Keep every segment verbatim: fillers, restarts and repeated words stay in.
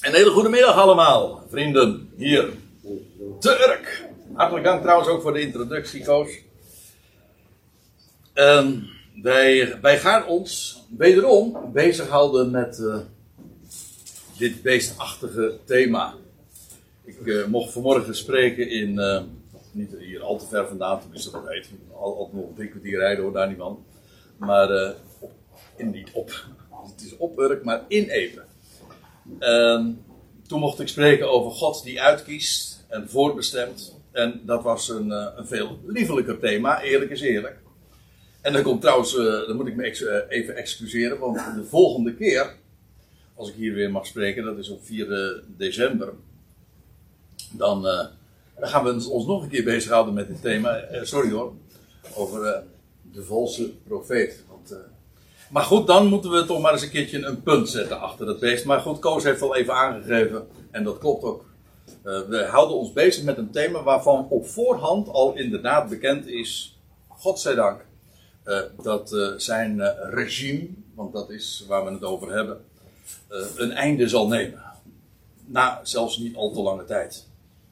Een hele goede middag allemaal, vrienden, hier te Urk. Hartelijk dank trouwens ook voor de introductie, Koos. Um, wij, wij gaan ons wederom bezighouden met uh, dit beestachtige thema. Ik uh, mocht vanmorgen spreken in, uh, niet hier al te ver vandaan, tenminste dat weet je, al, al nog drie kwartier rijden hoor, daar niet van. Maar uh, in, niet op, het is op Urk, maar in Epe. Um, toen mocht ik spreken over God die uitkiest en voorbestemt. En dat was een, uh, een veel liefelijker thema, eerlijk is eerlijk. En dan komt trouwens, uh, dan moet ik me ex- uh, even excuseren, want de volgende keer, als ik hier weer mag spreken, dat is op vier december, dan, uh, dan gaan we ons nog een keer bezighouden met dit thema, uh, sorry hoor, over uh, de valse profeet. Want, uh, maar goed, dan moeten we toch maar eens een keertje een punt zetten achter het beest. Maar goed, Koos heeft al even aangegeven, en dat klopt ook. Uh, we houden ons bezig met een thema waarvan op voorhand al inderdaad bekend is, godzijdank, uh, dat uh, zijn uh, regime, want dat is waar we het over hebben, uh, een einde zal nemen. Na zelfs niet al te lange tijd.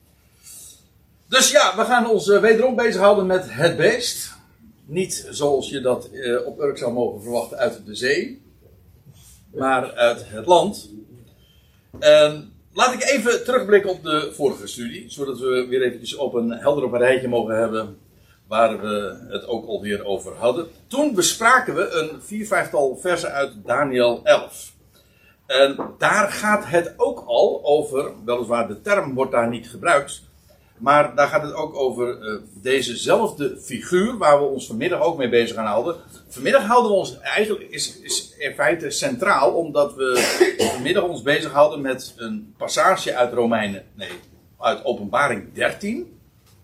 Dus ja, we gaan ons uh, wederom bezighouden met het beest. Niet zoals je dat uh, op Urk zou mogen verwachten uit de zee, maar uit het land. Uh, laat ik even terugblikken op de vorige studie, zodat we weer eventjes op een helder op een rijtje mogen hebben waar we het ook alweer over hadden. Toen bespraken we een vier, vijftal versen uit Daniel elf. En daar gaat het ook al over, weliswaar de term wordt daar niet gebruikt, maar daar gaat het ook over uh, dezezelfde figuur waar we ons vanmiddag ook mee bezig gaan houden. Vanmiddag houden we ons eigenlijk, is, is in feite centraal, omdat we vanmiddag ons bezighouden met een passage uit Romeinen, nee, uit Openbaring dertien.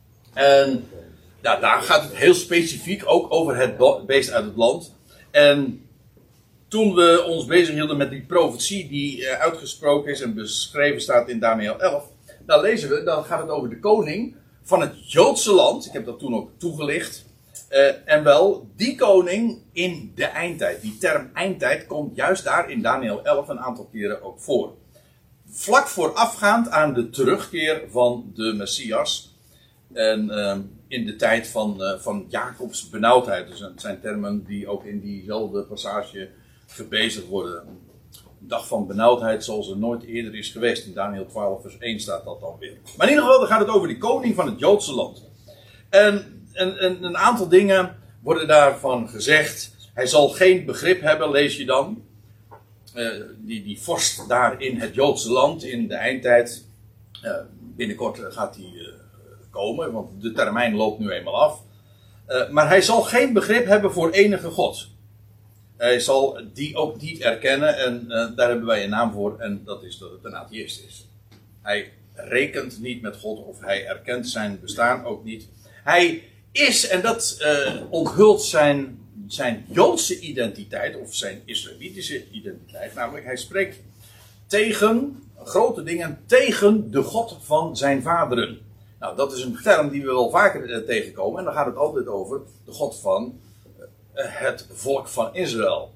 En ja, daar gaat het heel specifiek ook over het beest uit het land. En toen we ons bezighielden met die profetie die uh, uitgesproken is en beschreven staat in Daniel elf, dan lezen we, dan gaat het over de koning van het Joodse land. Ik heb dat toen ook toegelicht. Uh, en wel, die koning in de eindtijd. Die term eindtijd komt juist daar in Daniel elf een aantal keren ook voor. Vlak voorafgaand aan de terugkeer van de Messias. En uh, in de tijd van, uh, van Jacobs benauwdheid. Dus dat zijn termen die ook in diezelfde passage gebezigd worden. Een dag van benauwdheid zoals er nooit eerder is geweest. In Daniel twaalf vers één staat dat dan weer. Maar in ieder geval, dan gaat het over die koning van het Joodse land. En, en, en een aantal dingen worden daarvan gezegd. Hij zal geen begrip hebben, lees je dan. Uh, die, die vorst daar in het Joodse land in de eindtijd. Uh, binnenkort gaat hij uh, komen, want de termijn loopt nu eenmaal af. Uh, maar hij zal geen begrip hebben voor enige God. Hij zal die ook niet erkennen en uh, daar hebben wij een naam voor en dat is dat het een atheïst is. Hij rekent niet met God of hij erkent zijn bestaan ook niet. Hij is, en dat uh, onthult zijn, zijn Joodse identiteit of zijn Israëlitische identiteit. Namelijk hij spreekt tegen grote dingen, tegen de God van zijn vaderen. Nou, dat is een term die we wel vaker uh, tegenkomen en dan gaat het altijd over de God van het volk van Israël.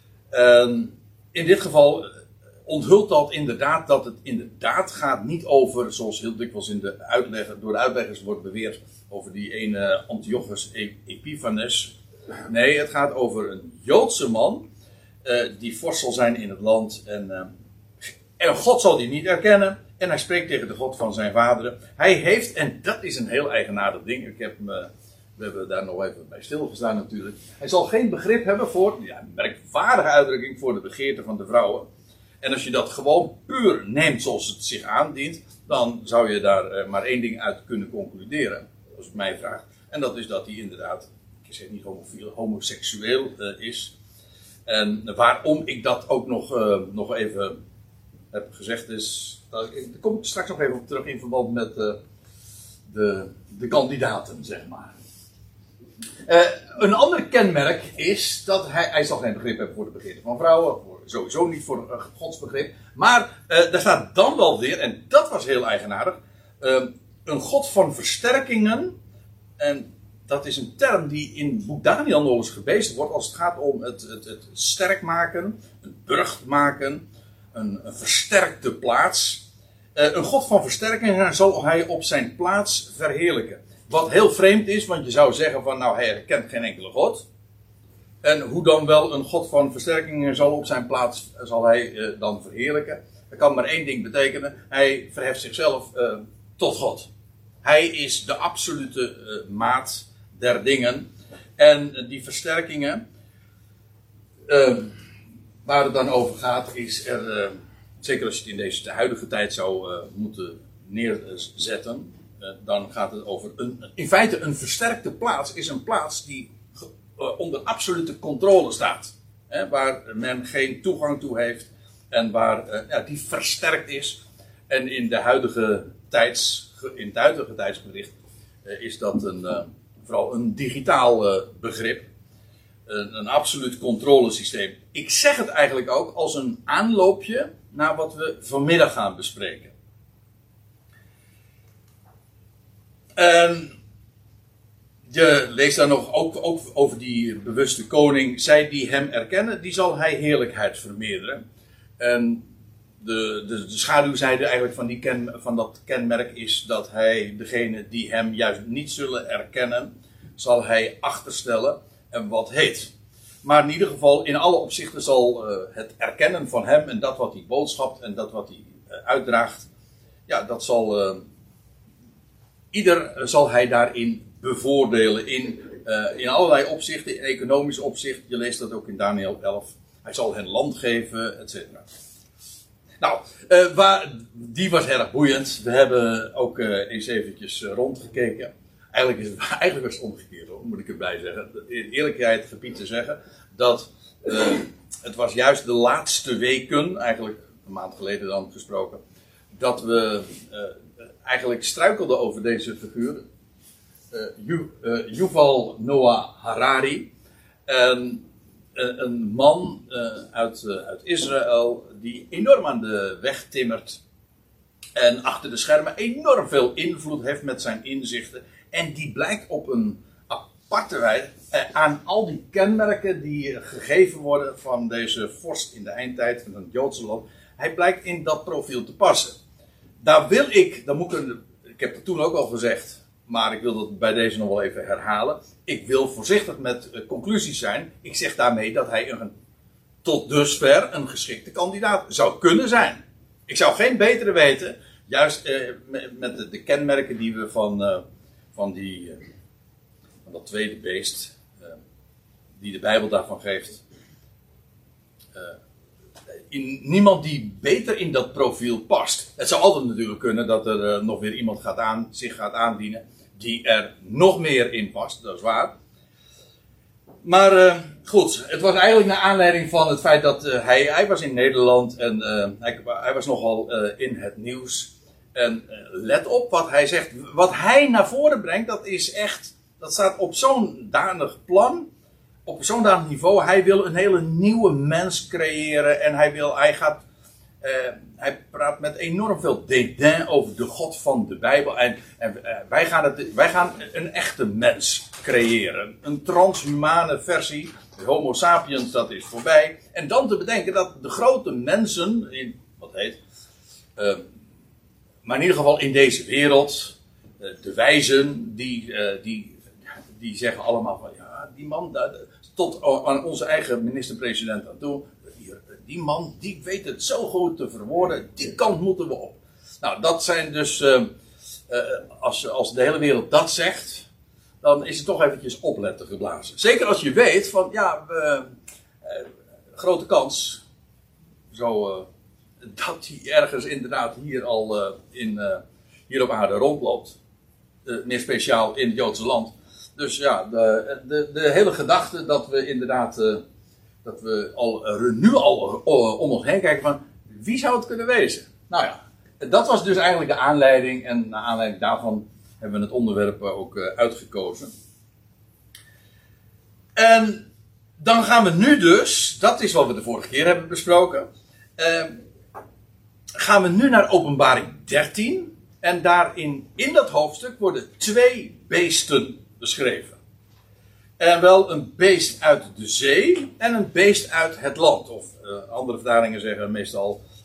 Um, in dit geval onthult dat inderdaad dat het inderdaad gaat niet over, zoals heel dikwijls in de uitleg, door de uitleggers wordt beweerd, over die ene Antiochus Epiphanes. Nee, het gaat over een Joodse man uh, die vorst zal zijn in het land en, uh, en God zal die niet erkennen en hij spreekt tegen de God van zijn vaderen. Hij heeft, en dat is een heel eigenaardig ding, ik heb me We hebben daar nog even bij stilgestaan natuurlijk. Hij zal geen begrip hebben voor, ja, een merkwaardige uitdrukking, voor de begeerte van de vrouwen. En als je dat gewoon puur neemt zoals het zich aandient, dan zou je daar uh, maar één ding uit kunnen concluderen. Als het mij vraagt. En dat is dat hij inderdaad, ik zeg niet homofiel, homoseksueel uh, is. En waarom ik dat ook nog, uh, nog even heb gezegd is, daar kom ik straks nog even op terug in verband met uh, de, de kandidaten, zeg maar. Uh, een ander kenmerk is dat hij, hij zal geen begrip hebben voor de begeerte van vrouwen, voor, sowieso niet voor uh, godsbegrip, maar uh, daar staat dan wel weer, en dat was heel eigenaardig, uh, een God van versterkingen, en dat is een term die in het boek Daniel nog eens gebezigd wordt als het gaat om het, het, het sterk maken, het burcht maken, een, een versterkte plaats. Uh, een God van versterking zal hij op zijn plaats verheerlijken. Wat heel vreemd is, want je zou zeggen van nou hij herkent geen enkele God. En hoe dan wel een God van versterking zal op zijn plaats zal hij uh, dan verheerlijken. Dat kan maar één ding betekenen. Hij verheft zichzelf uh, tot God. Hij is de absolute uh, maat der dingen. En uh, die versterkingen, uh, waar het dan over gaat, is er, uh, zeker als je het in deze de huidige tijd zou uh, moeten neerzetten, uh, dan gaat het over, een, in feite een versterkte plaats is een plaats die uh, onder absolute controle staat. Hè, waar men geen toegang toe heeft en waar uh, ja, die versterkt is. En in de huidige tijds, in het huidige tijdsbericht uh, is dat een, uh, vooral een digitaal uh, begrip. Een, een absoluut controlesysteem. Ik zeg het eigenlijk ook als een aanloopje naar wat we vanmiddag gaan bespreken. En je leest daar nog ook, ook over die bewuste koning. Zij die hem erkennen, die zal hij heerlijkheid vermeerderen. En de, de, de schaduwzijde eigenlijk van, die ken, van dat kenmerk is dat hij degene die hem juist niet zullen erkennen, zal hij achterstellen en wat heet. Maar in ieder geval, in alle opzichten zal uh, het erkennen van hem en dat wat hij boodschapt en dat wat hij uh, uitdraagt, ja, dat zal, uh, ieder zal hij daarin bevoordelen in, uh, in allerlei opzichten, in economisch opzicht. Je leest dat ook in Daniel elf. Hij zal hen land geven, et cetera. Nou, uh, waar, die was erg boeiend. We hebben ook uh, eens eventjes uh, rondgekeken. Eigenlijk, is het, eigenlijk was het omgekeerd, hoor, moet ik erbij zeggen. In eerlijkheid gebied te zeggen dat uh, het was juist de laatste weken, eigenlijk een maand geleden dan gesproken, dat we uh, eigenlijk struikelden over deze figuur. Uh, Yu, uh, Yuval Noah Harari. En, uh, een man uh, uit, uh, uit Israël die enorm aan de weg timmert. En achter de schermen enorm veel invloed heeft met zijn inzichten. En die blijkt op een aparte wijze eh, aan al die kenmerken die gegeven worden van deze vorst in de eindtijd van het Joodse land. Hij blijkt in dat profiel te passen. Daar wil ik, dan moet ik, ik heb het toen ook al gezegd, maar ik wil dat bij deze nog wel even herhalen. Ik wil voorzichtig met uh, conclusies zijn. Ik zeg daarmee dat hij een, tot dusver een geschikte kandidaat zou kunnen zijn. Ik zou geen betere weten, juist uh, met, met de, de kenmerken die we van... Uh, Van, die, uh, van dat tweede beest, uh, die de Bijbel daarvan geeft. Uh, in, niemand die beter in dat profiel past. Het zou altijd natuurlijk kunnen dat er uh, nog weer iemand gaat aan, zich gaat aandienen die er nog meer in past, dat is waar. Maar uh, goed, het was eigenlijk naar aanleiding van het feit dat uh, hij, hij was in Nederland en uh, hij, hij was nogal uh, in het nieuws. En uh, let op wat hij zegt. Wat hij naar voren brengt, dat is echt, dat staat op zo'n danig plan, op zo'n danig niveau. Hij wil een hele nieuwe mens creëren en hij wil, hij gaat, uh, hij praat met enorm veel dédain over de God van de Bijbel. En, en uh, wij, gaan het, wij gaan een echte mens creëren. Een transhumane versie. De Homo sapiens, dat is voorbij. En dan te bedenken dat de grote mensen, in, wat heet... Uh, Maar in ieder geval in deze wereld, de wijzen, die, die, die zeggen allemaal van ja, die man, tot aan onze eigen minister-president aan toe, die man, die weet het zo goed te verwoorden, die kant moeten we op. Nou, dat zijn dus, als, als de hele wereld dat zegt, dan is het toch eventjes opletten geblazen. Zeker als je weet van ja, we, grote kans, zo... dat hij ergens inderdaad hier al uh, in, uh, hier op aarde rondloopt. Uh, meer speciaal in het Joodse land. Dus ja, de, de, de hele gedachte dat we inderdaad, uh, dat we al, uh, nu al uh, om ons heen kijken van, wie zou het kunnen wezen? Nou ja, dat was dus eigenlijk de aanleiding. En naar aanleiding daarvan hebben we het onderwerp ook uh, uitgekozen. En dan gaan we nu dus, dat is wat we de vorige keer hebben besproken. Uh, gaan we nu naar Openbaring dertien. En daarin, in dat hoofdstuk, worden twee beesten beschreven. En wel een beest uit de zee en een beest uit het land. Of uh, andere vertalingen zeggen meestal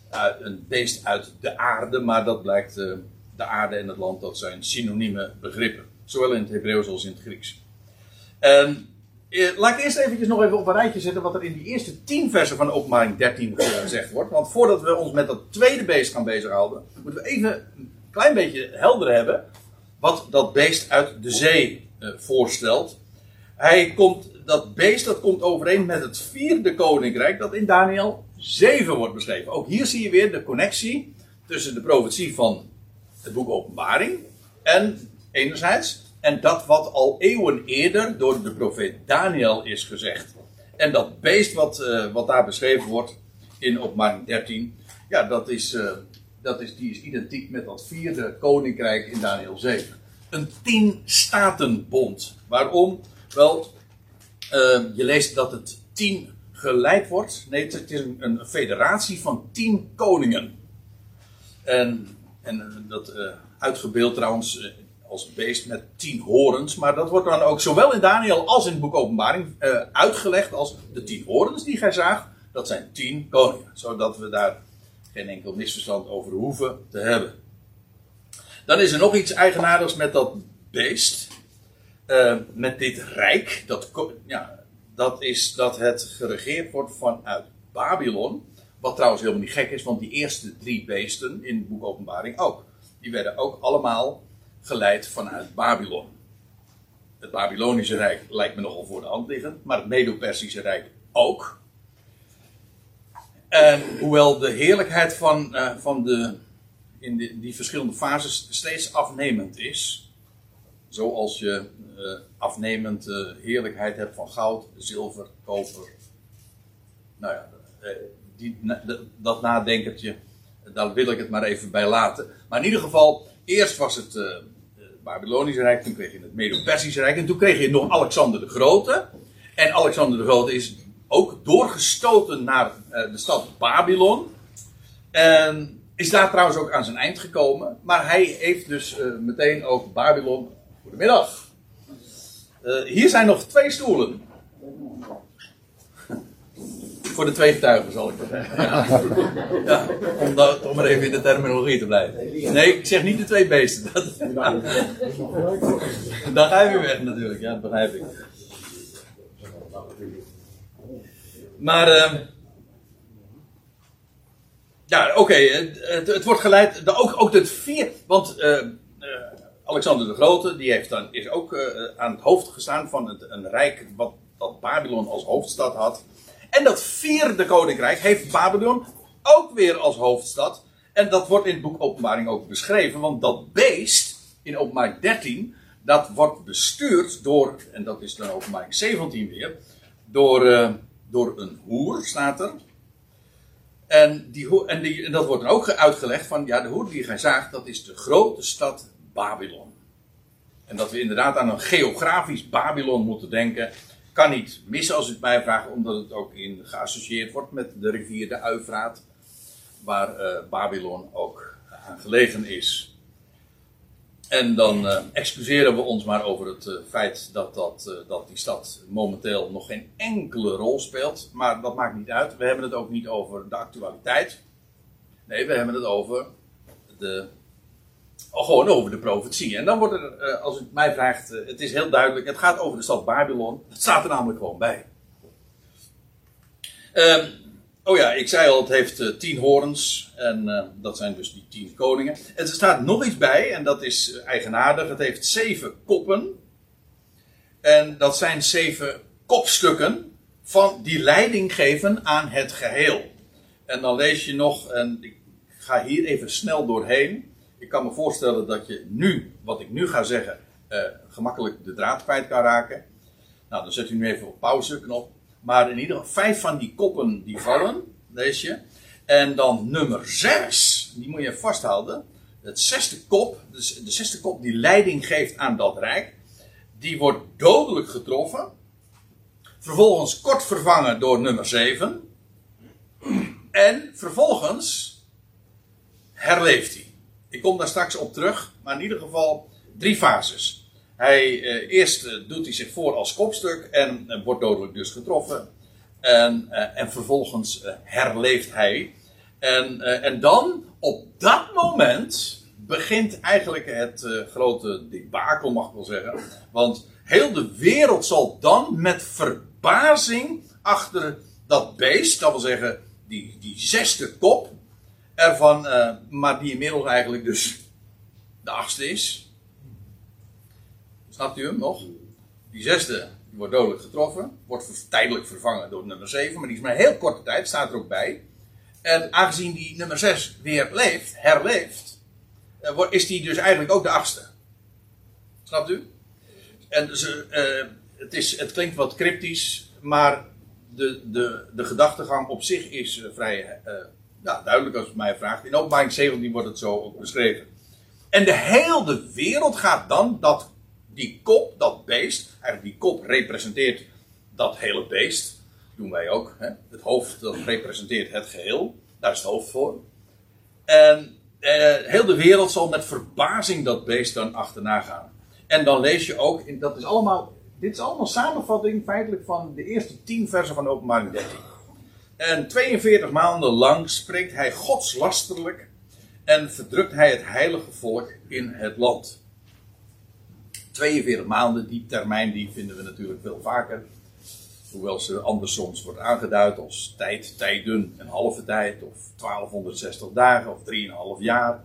uit, een beest uit de aarde, maar dat blijkt, uh, de aarde en het land, dat zijn synonieme begrippen. Zowel in het Hebreeuws als in het Grieks. En uh, laat ik eerst eventjes nog even op een rijtje zetten wat er in die eerste tien versen van Openbaring dertien gezegd wordt. Want voordat we ons met dat tweede beest gaan bezighouden, moeten we even een klein beetje helder hebben wat dat beest uit de zee uh, voorstelt. Hij komt, dat beest dat komt overeen met het vierde koninkrijk dat in Daniël zeven wordt beschreven. Ook hier zie je weer de connectie tussen de profetie van het boek Openbaring en enerzijds en dat wat al eeuwen eerder door de profeet Daniël is gezegd. En dat beest wat, uh, wat daar beschreven wordt in Openbaring dertien, ja, dat is, uh, dat is, die is identiek met dat vierde koninkrijk in Daniël zeven. Een tien statenbond. Waarom? Wel, uh, je leest dat het tien geleid wordt. Nee, het is een, een federatie van tien koningen. En, en dat uh, uitgebeeld trouwens uh, als beest met tien horens. Maar dat wordt dan ook zowel in Daniël als in het boek Openbaring uh, uitgelegd als de tien horens die gij zaagt. Dat zijn tien koningen. Zodat we daar geen enkel misverstand over hoeven te hebben. Dan is er nog iets eigenaardigs met dat beest. Uh, met dit rijk. Dat, ja, dat is dat het geregeerd wordt vanuit Babylon. Wat trouwens helemaal niet gek is, want die eerste drie beesten in het boek Openbaring ook. Die werden ook allemaal geleid vanuit Babylon. Het Babylonische Rijk lijkt me nogal voor de hand liggend, maar het Medo-Persische Rijk ook. En hoewel de heerlijkheid van, uh, van de, in de, die verschillende fases steeds afnemend is, zoals je uh, afnemend uh, heerlijkheid hebt van goud, zilver, koper. Nou ja, uh, die, de, dat nadenkertje, daar wil ik het maar even bij laten. Maar in ieder geval, eerst was het uh, het Babylonische Rijk, toen kreeg je het Medo-Persische Rijk en toen kreeg je nog Alexander de Grote. En Alexander de Grote is ook doorgestoten naar uh, de stad Babylon. En is daar trouwens ook aan zijn eind gekomen. Maar hij heeft dus uh, meteen ook Babylon. Goedemiddag. Uh, hier zijn nog twee stoelen. Voor de twee getuigen zal ik dat zeggen. Ja, ja, om, dat, om maar even in de terminologie te blijven. Nee, ik zeg niet de twee beesten. Dat, dan ga je weer weg natuurlijk, ja, dat begrijp ik. Maar, uh, ja, oké, okay, het, het wordt geleid, de, ook, ook het vier, want uh, uh, Alexander de Grote, die heeft dan, is ook uh, aan het hoofd gestaan van het, een rijk wat dat Babylon als hoofdstad had. En dat vierde koninkrijk heeft Babylon ook weer als hoofdstad. En dat wordt in het boek Openbaring ook beschreven, want dat beest in Openbaring dertien, dat wordt bestuurd door, en dat is dan Openbaring zeventien weer, door... Uh, Door een hoer, staat er. En, die, en, die, en dat wordt dan ook uitgelegd van, ja, de hoer die gij zaagt, dat is de grote stad Babylon. En dat we inderdaad aan een geografisch Babylon moeten denken, kan niet missen als u het mij vraagt, omdat het ook in geassocieerd wordt met de rivier de Uifraat, waar uh, Babylon ook aan gelegen is. En dan uh, excuseren we ons maar over het uh, feit dat, dat, uh, dat die stad momenteel nog geen enkele rol speelt. Maar dat maakt niet uit. We hebben het ook niet over de actualiteit. Nee, we hebben het over de, oh, gewoon over de profetie. En dan wordt er, uh, als u het mij vraagt, uh, het is heel duidelijk. Het gaat over de stad Babylon. Het staat er namelijk gewoon bij. Um, Oh ja, ik zei al, het heeft uh, tien horens. En uh, dat zijn dus die tien koningen. En er staat nog iets bij, en dat is uh, eigenaardig. Het heeft zeven koppen. En dat zijn zeven kopstukken van die leiding geven aan het geheel. En dan lees je nog, en ik ga hier even snel doorheen. Ik kan me voorstellen dat je nu, wat ik nu ga zeggen, uh, gemakkelijk de draad kwijt kan raken. Nou, dan zet u nu even op pauzeknop. Maar in ieder geval, vijf van die koppen die vallen, lees je. En dan nummer zes, die moet je vasthouden. Het zesde kop, dus de zesde kop die leiding geeft aan dat rijk. Die wordt dodelijk getroffen. Vervolgens kort vervangen door nummer zeven. En vervolgens herleeft hij. Ik kom daar straks op terug, maar in ieder geval drie fases. Hij, eh, eerst eh, doet hij zich voor als kopstuk en eh, wordt dodelijk dus getroffen. En, eh, en vervolgens eh, herleeft hij. En, uh, en dan, op dat moment, begint eigenlijk het uh, grote debakel, mag ik wel zeggen. Want heel de wereld zal dan met verbazing achter dat beest, dat wil zeggen die, die zesde kop, ervan, uh, maar die inmiddels eigenlijk dus de achtste is. Snapt u hem nog? Die zesde die wordt dodelijk getroffen, wordt tijdelijk vervangen door nummer zeven, maar die is maar heel korte tijd, staat er ook bij. En aangezien die nummer zes weer leeft, herleeft, uh, is die dus eigenlijk ook de achtste. Snapt u? En ze, uh, het, is, het klinkt wat cryptisch, maar de, de, de gedachtegang op zich is uh, vrij uh, ja, duidelijk als u mij vraagt. In Openbaring zeventien wordt het zo ook beschreven. En de hele wereld gaat dan, dat, die kop, dat beest, eigenlijk die kop representeert dat hele beest. Dat doen wij ook. Hè? Het hoofd dat representeert het geheel. Daar is het hoofd voor. En uh, heel de wereld zal met verbazing dat beest dan achterna gaan. En dan lees je ook, in, dat is allemaal, dit is allemaal samenvatting feitelijk van de eerste tien versen van Openbaring dertien. En tweeënveertig maanden lang spreekt hij godslasterlijk en verdrukt hij het heilige volk in het land. tweeënveertig maanden, die termijn, die vinden we natuurlijk veel vaker. Hoewel ze anders soms wordt aangeduid als tijd, tijden, een halve tijd, of twaalfhonderdzestig dagen, of drieënhalf jaar.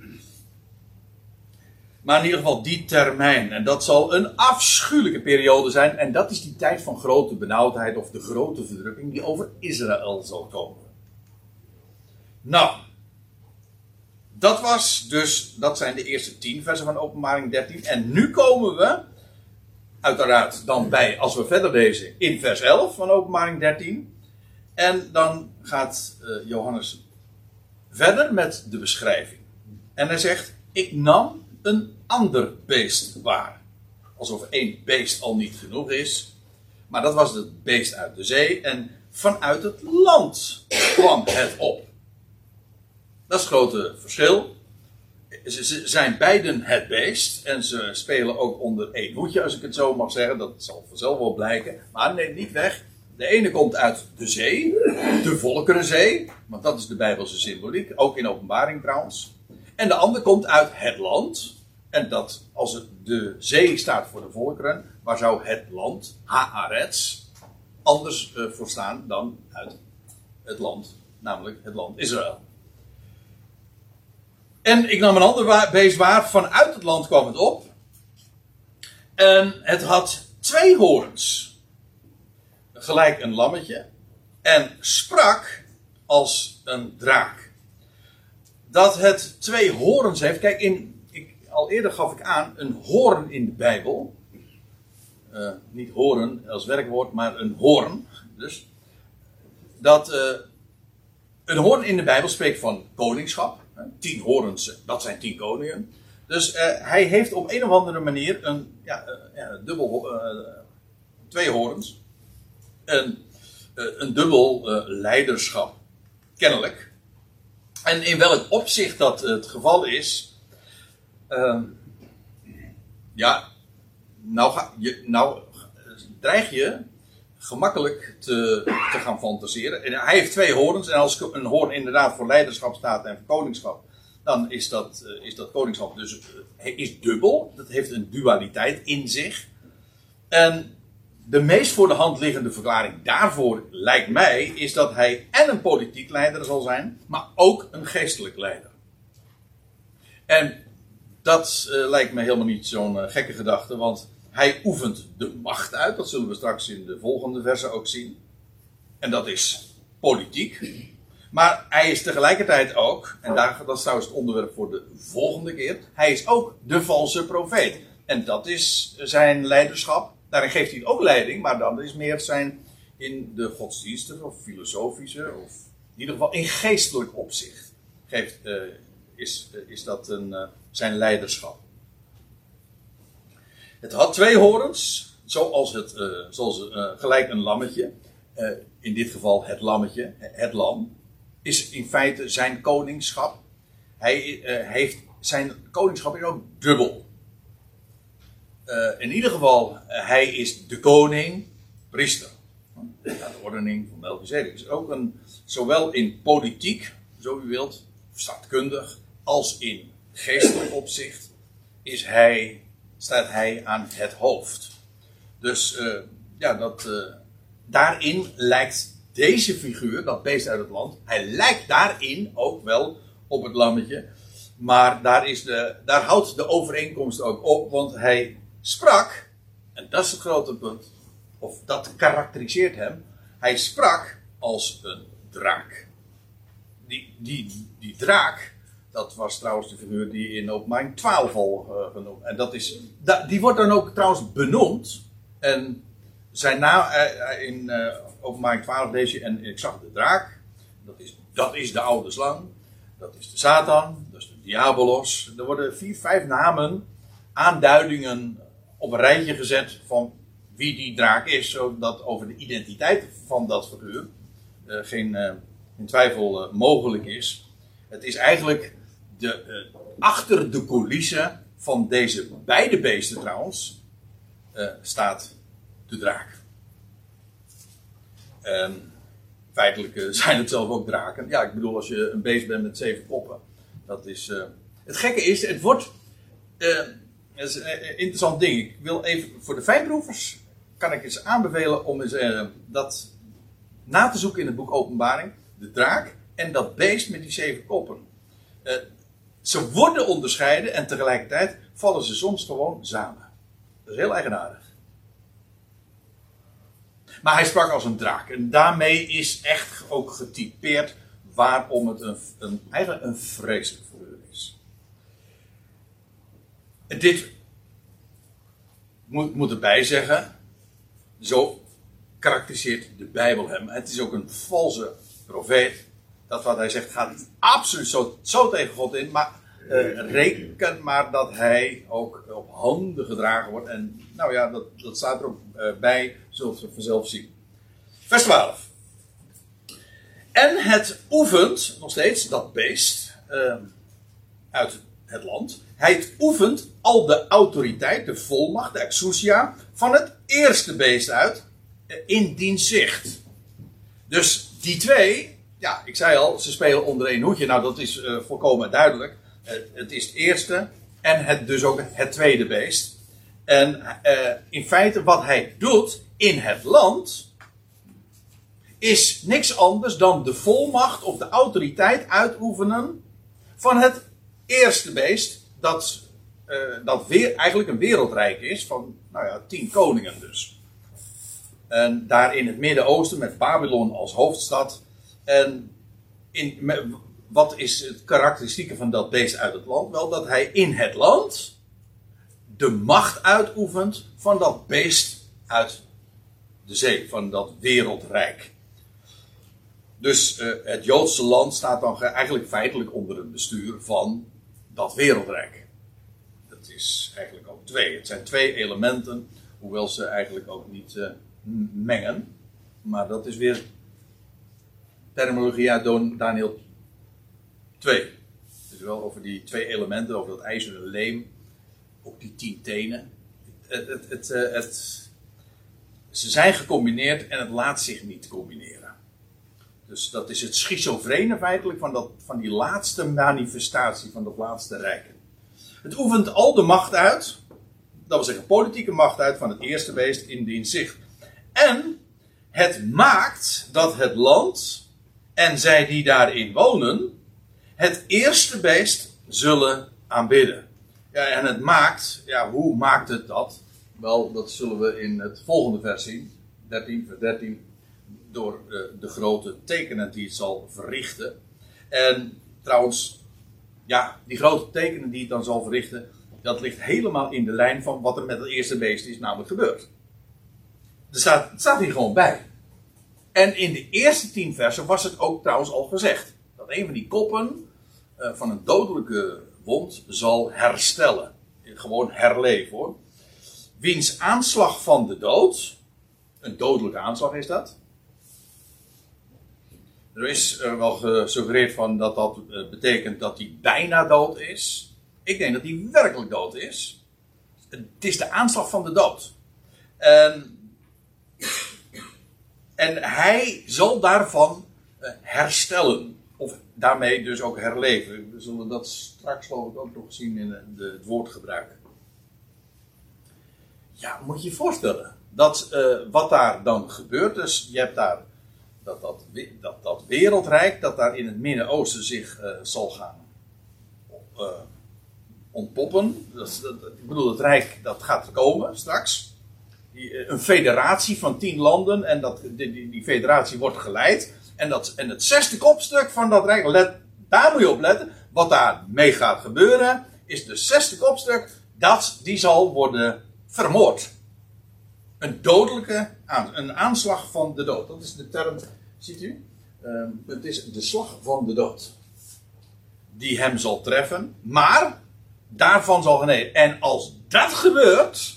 Maar in ieder geval die termijn. En dat zal een afschuwelijke periode zijn. En dat is die tijd van grote benauwdheid of de grote verdrukking die over Israël zal komen. Nou. Dat was dus, dat zijn de eerste tien versen van Openbaring dertien. En nu komen we, uiteraard dan bij, als we verder lezen, in vers elf van Openbaring dertien. En dan gaat uh, Johannes verder met de beschrijving. En hij zegt, ik nam een ander beest waar. Alsof één beest al niet genoeg is. Maar dat was het beest uit de zee. En vanuit het land kwam het op. Dat is het grote verschil. Ze zijn beiden het beest. En ze spelen ook onder één hoedje, als ik het zo mag zeggen. Dat zal vanzelf wel blijken. Maar neem niet weg. De ene komt uit de zee. De Volkerenzee. Want dat is de Bijbelse symboliek. Ook in Openbaring trouwens. En de ander komt uit het land. En dat, als het de zee staat voor de volkeren, waar zou het land, Haaretz, anders uh, voor staan dan uit het land, namelijk het land Israël. En ik nam een ander wa- beest waar, vanuit het land kwam het op. En het had twee hoorns, gelijk een lammetje, en sprak als een draak. Dat het twee horens heeft. Kijk, in, ik, al eerder gaf ik aan, een hoorn in de Bijbel. Uh, niet horen als werkwoord, maar een hoorn. Dus. Dat uh, een hoorn in de Bijbel spreekt van koningschap. Uh, tien horens, dat zijn tien koningen. Dus uh, hij heeft op een of andere manier een, ja, uh, ja, dubbel, uh, twee horens. Een, uh, een dubbel uh, leiderschap. Kennelijk. En in welk opzicht dat het geval is, uh, ja, nou, ga, je, nou dreig je gemakkelijk te, te gaan fantaseren. En hij heeft twee hoorns, en als een hoorn inderdaad voor leiderschap staat en voor koningschap, dan is dat, uh, is dat koningschap dus uh, is dubbel. Dat heeft een dualiteit in zich. En de meest voor de hand liggende verklaring daarvoor, lijkt mij, is dat hij en een politiek leider zal zijn, maar ook een geestelijk leider. En dat uh, lijkt me helemaal niet zo'n uh, gekke gedachte, want hij oefent de macht uit. Dat zullen we straks in de volgende versen ook zien. En dat is politiek. Maar hij is tegelijkertijd ook, en daar, dat is trouwens het onderwerp voor de volgende keer, hij is ook de valse profeet. En dat is zijn leiderschap. Daarin geeft hij ook leiding, maar dan is meer zijn in de godsdienstige of filosofische, of in ieder geval in geestelijk opzicht, geeft, uh, is, uh, is dat een, uh, zijn leiderschap. Het had twee horens, zoals, het, uh, zoals uh, gelijk een lammetje. Uh, in dit geval het lammetje, het lam, is in feite zijn koningschap. Hij uh, heeft zijn koningschap is ook dubbel. Uh, in ieder geval, uh, hij is de koning, priester. Ja, de ordening van Melchizedek is ook een, zowel in politiek zo u wilt, staatkundig, als in geestelijk opzicht, is hij, staat hij aan het hoofd. Dus uh, ja, dat, uh, daarin lijkt deze figuur, dat beest uit het land, hij lijkt daarin ook wel op het lammetje. Maar daar, is de, daar houdt de overeenkomst ook op, want hij sprak, en dat is het grote punt, of dat karakteriseert hem, hij sprak als een draak. Die, die, die draak, dat was trouwens de figuur die in Openbaring twaalf al uh, genoemd. En dat is, da, die wordt dan ook trouwens benoemd. En zijn naam uh, in uh, Openbaring twaalf lees je, en ik zag de draak. Dat is, dat is de oude slang. Dat is de Satan. Dat is de Diabolos. Er worden vier, vijf namen, aanduidingen op een rijtje gezet van wie die draak is. Zodat over de identiteit van dat figuur uh, geen, uh, geen twijfel uh, mogelijk is. Het is eigenlijk de, uh, achter de coulissen van deze beide beesten trouwens uh, staat de draak. En feitelijk uh, zijn het zelf ook draken. Ja, ik bedoel, als je een beest bent met zeven koppen. Dat is, uh, het gekke is, het wordt uh, het is een interessant ding. Ik wil even voor de fijnproevers kan ik eens aanbevelen om eens uh, dat na te zoeken in het boek Openbaring. De draak en dat beest met die zeven koppen. Uh, ze worden onderscheiden en tegelijkertijd vallen ze soms gewoon samen. Dat is heel eigenaardig. Maar hij sprak als een draak. En daarmee is echt ook getypeerd waarom het een, een, eigenlijk een vreselijk figuur is. En dit moet, moet erbij zeggen. Zo karakteriseert de Bijbel hem. Het is ook een valse profeet. Dat wat hij zegt gaat absoluut zo, zo tegen God in. Maar uh, reken maar dat hij ook op handen gedragen wordt. En nou ja, dat, dat staat er ook uh, bij. Zult je vanzelf zien. Vers twaalf. En het oefent, nog steeds, dat beest uh, uit het land. Hij oefent al de autoriteit, de volmacht, de exousia van het eerste beest uit uh, in diens zicht. Dus die twee, ja, ik zei al, ze spelen onder één hoedje. Nou, dat is uh, volkomen duidelijk. Uh, het is het eerste en het, dus ook het tweede beest. En uh, in feite wat hij doet in het land is niks anders dan de volmacht of de autoriteit uitoefenen van het eerste beest dat, uh, dat weer, eigenlijk een wereldrijk is van nou ja, tien koningen dus. En daar in het Midden-Oosten met Babylon als hoofdstad. En in, met, wat is het karakteristieke van dat beest uit het land? Wel dat hij in het land de macht uitoefent van dat beest uit de zee, van dat wereldrijk. Dus uh, het Joodse land staat dan eigenlijk feitelijk onder het bestuur van dat wereldrijk. Dat is eigenlijk ook twee. Het zijn twee elementen, hoewel ze eigenlijk ook niet uh, mengen. Maar dat is weer terminologie uit Daniël twee. Het is wel over die twee elementen, over dat ijzeren leem, ook die tien tenen. Het, het, het, het, het, ze zijn gecombineerd en het laat zich niet combineren. Dus dat is het schizofrene feitelijk van, dat, van die laatste manifestatie van dat laatste rijk. Het oefent al de macht uit, dat wil zeggen politieke macht uit van het eerste beest in diens zicht. En het maakt dat het land en zij die daarin wonen het eerste beest zullen aanbidden. Ja, en het maakt, ja, hoe maakt het dat? Wel, dat zullen we in het volgende vers zien, dertien, vers dertien. Door uh, de grote tekenen die het zal verrichten. En trouwens, ja, die grote tekenen die het dan zal verrichten, dat ligt helemaal in de lijn van wat er met het eerste beest is namelijk gebeurd. Er staat, het staat hier gewoon bij. En in de eerste tien versen was het ook trouwens al gezegd. Dat een van die koppen uh, van een dodelijke wond zal herstellen. Gewoon herleven hoor. Wiens aanslag van de dood, een dodelijke aanslag is dat. Er is uh, wel gesuggereerd van dat dat uh, betekent dat hij bijna dood is. Ik denk dat hij werkelijk dood is. Het is de aanslag van de dood. En, en hij zal daarvan uh, herstellen. of daarmee dus ook herleven. We zullen dat straks geloof ik ook nog zien in de, het woordgebruik. Ja, moet je je voorstellen. Dat uh, wat daar dan gebeurt. Dus je hebt daar dat, dat, dat, dat wereldrijk dat daar in het Midden-Oosten zich uh, zal gaan uh, ontpoppen. Dat, dat, ik bedoel, het rijk dat gaat komen straks. Die, een federatie van tien landen. En dat, die, die, die federatie wordt geleid. En, dat, en het zesde kopstuk van dat rijk. Let, daar moet je op letten. Wat daar mee gaat gebeuren. Is de zesde kopstuk. Dat, die zal worden vermoord. Een dodelijke aan, een aanslag van de dood. Dat is de term. Ziet u? Uh, het is de slag van de dood. Die hem zal treffen. Maar. Daarvan zal genezen. En als dat gebeurt.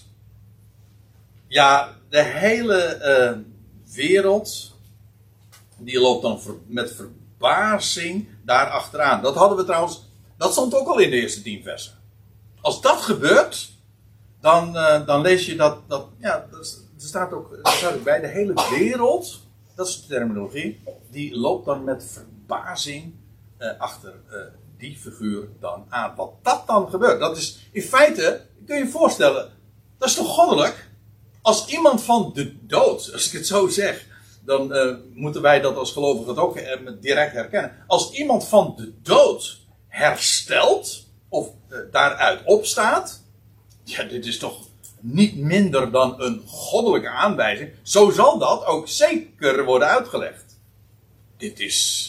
Ja, de hele uh, wereld, die loopt dan ver, met verbazing daar achteraan. Dat hadden we trouwens, dat stond ook al in de eerste tien versen. Als dat gebeurt, dan, uh, dan lees je dat, dat ja, dat, er staat ook, er staat ook bij, de hele wereld, dat is de terminologie, die loopt dan met verbazing uh, achter uh, die figuur dan aan. Wat dat dan gebeurt, dat is in feite, kun je je voorstellen, dat is toch goddelijk? Als iemand van de dood, als ik het zo zeg, dan uh, moeten wij dat als gelovigen het ook uh, direct herkennen. Als iemand van de dood herstelt, of uh, daaruit opstaat, ja, dit is toch niet minder dan een goddelijke aanwijzing. Zo zal dat ook zeker worden uitgelegd. Dit is,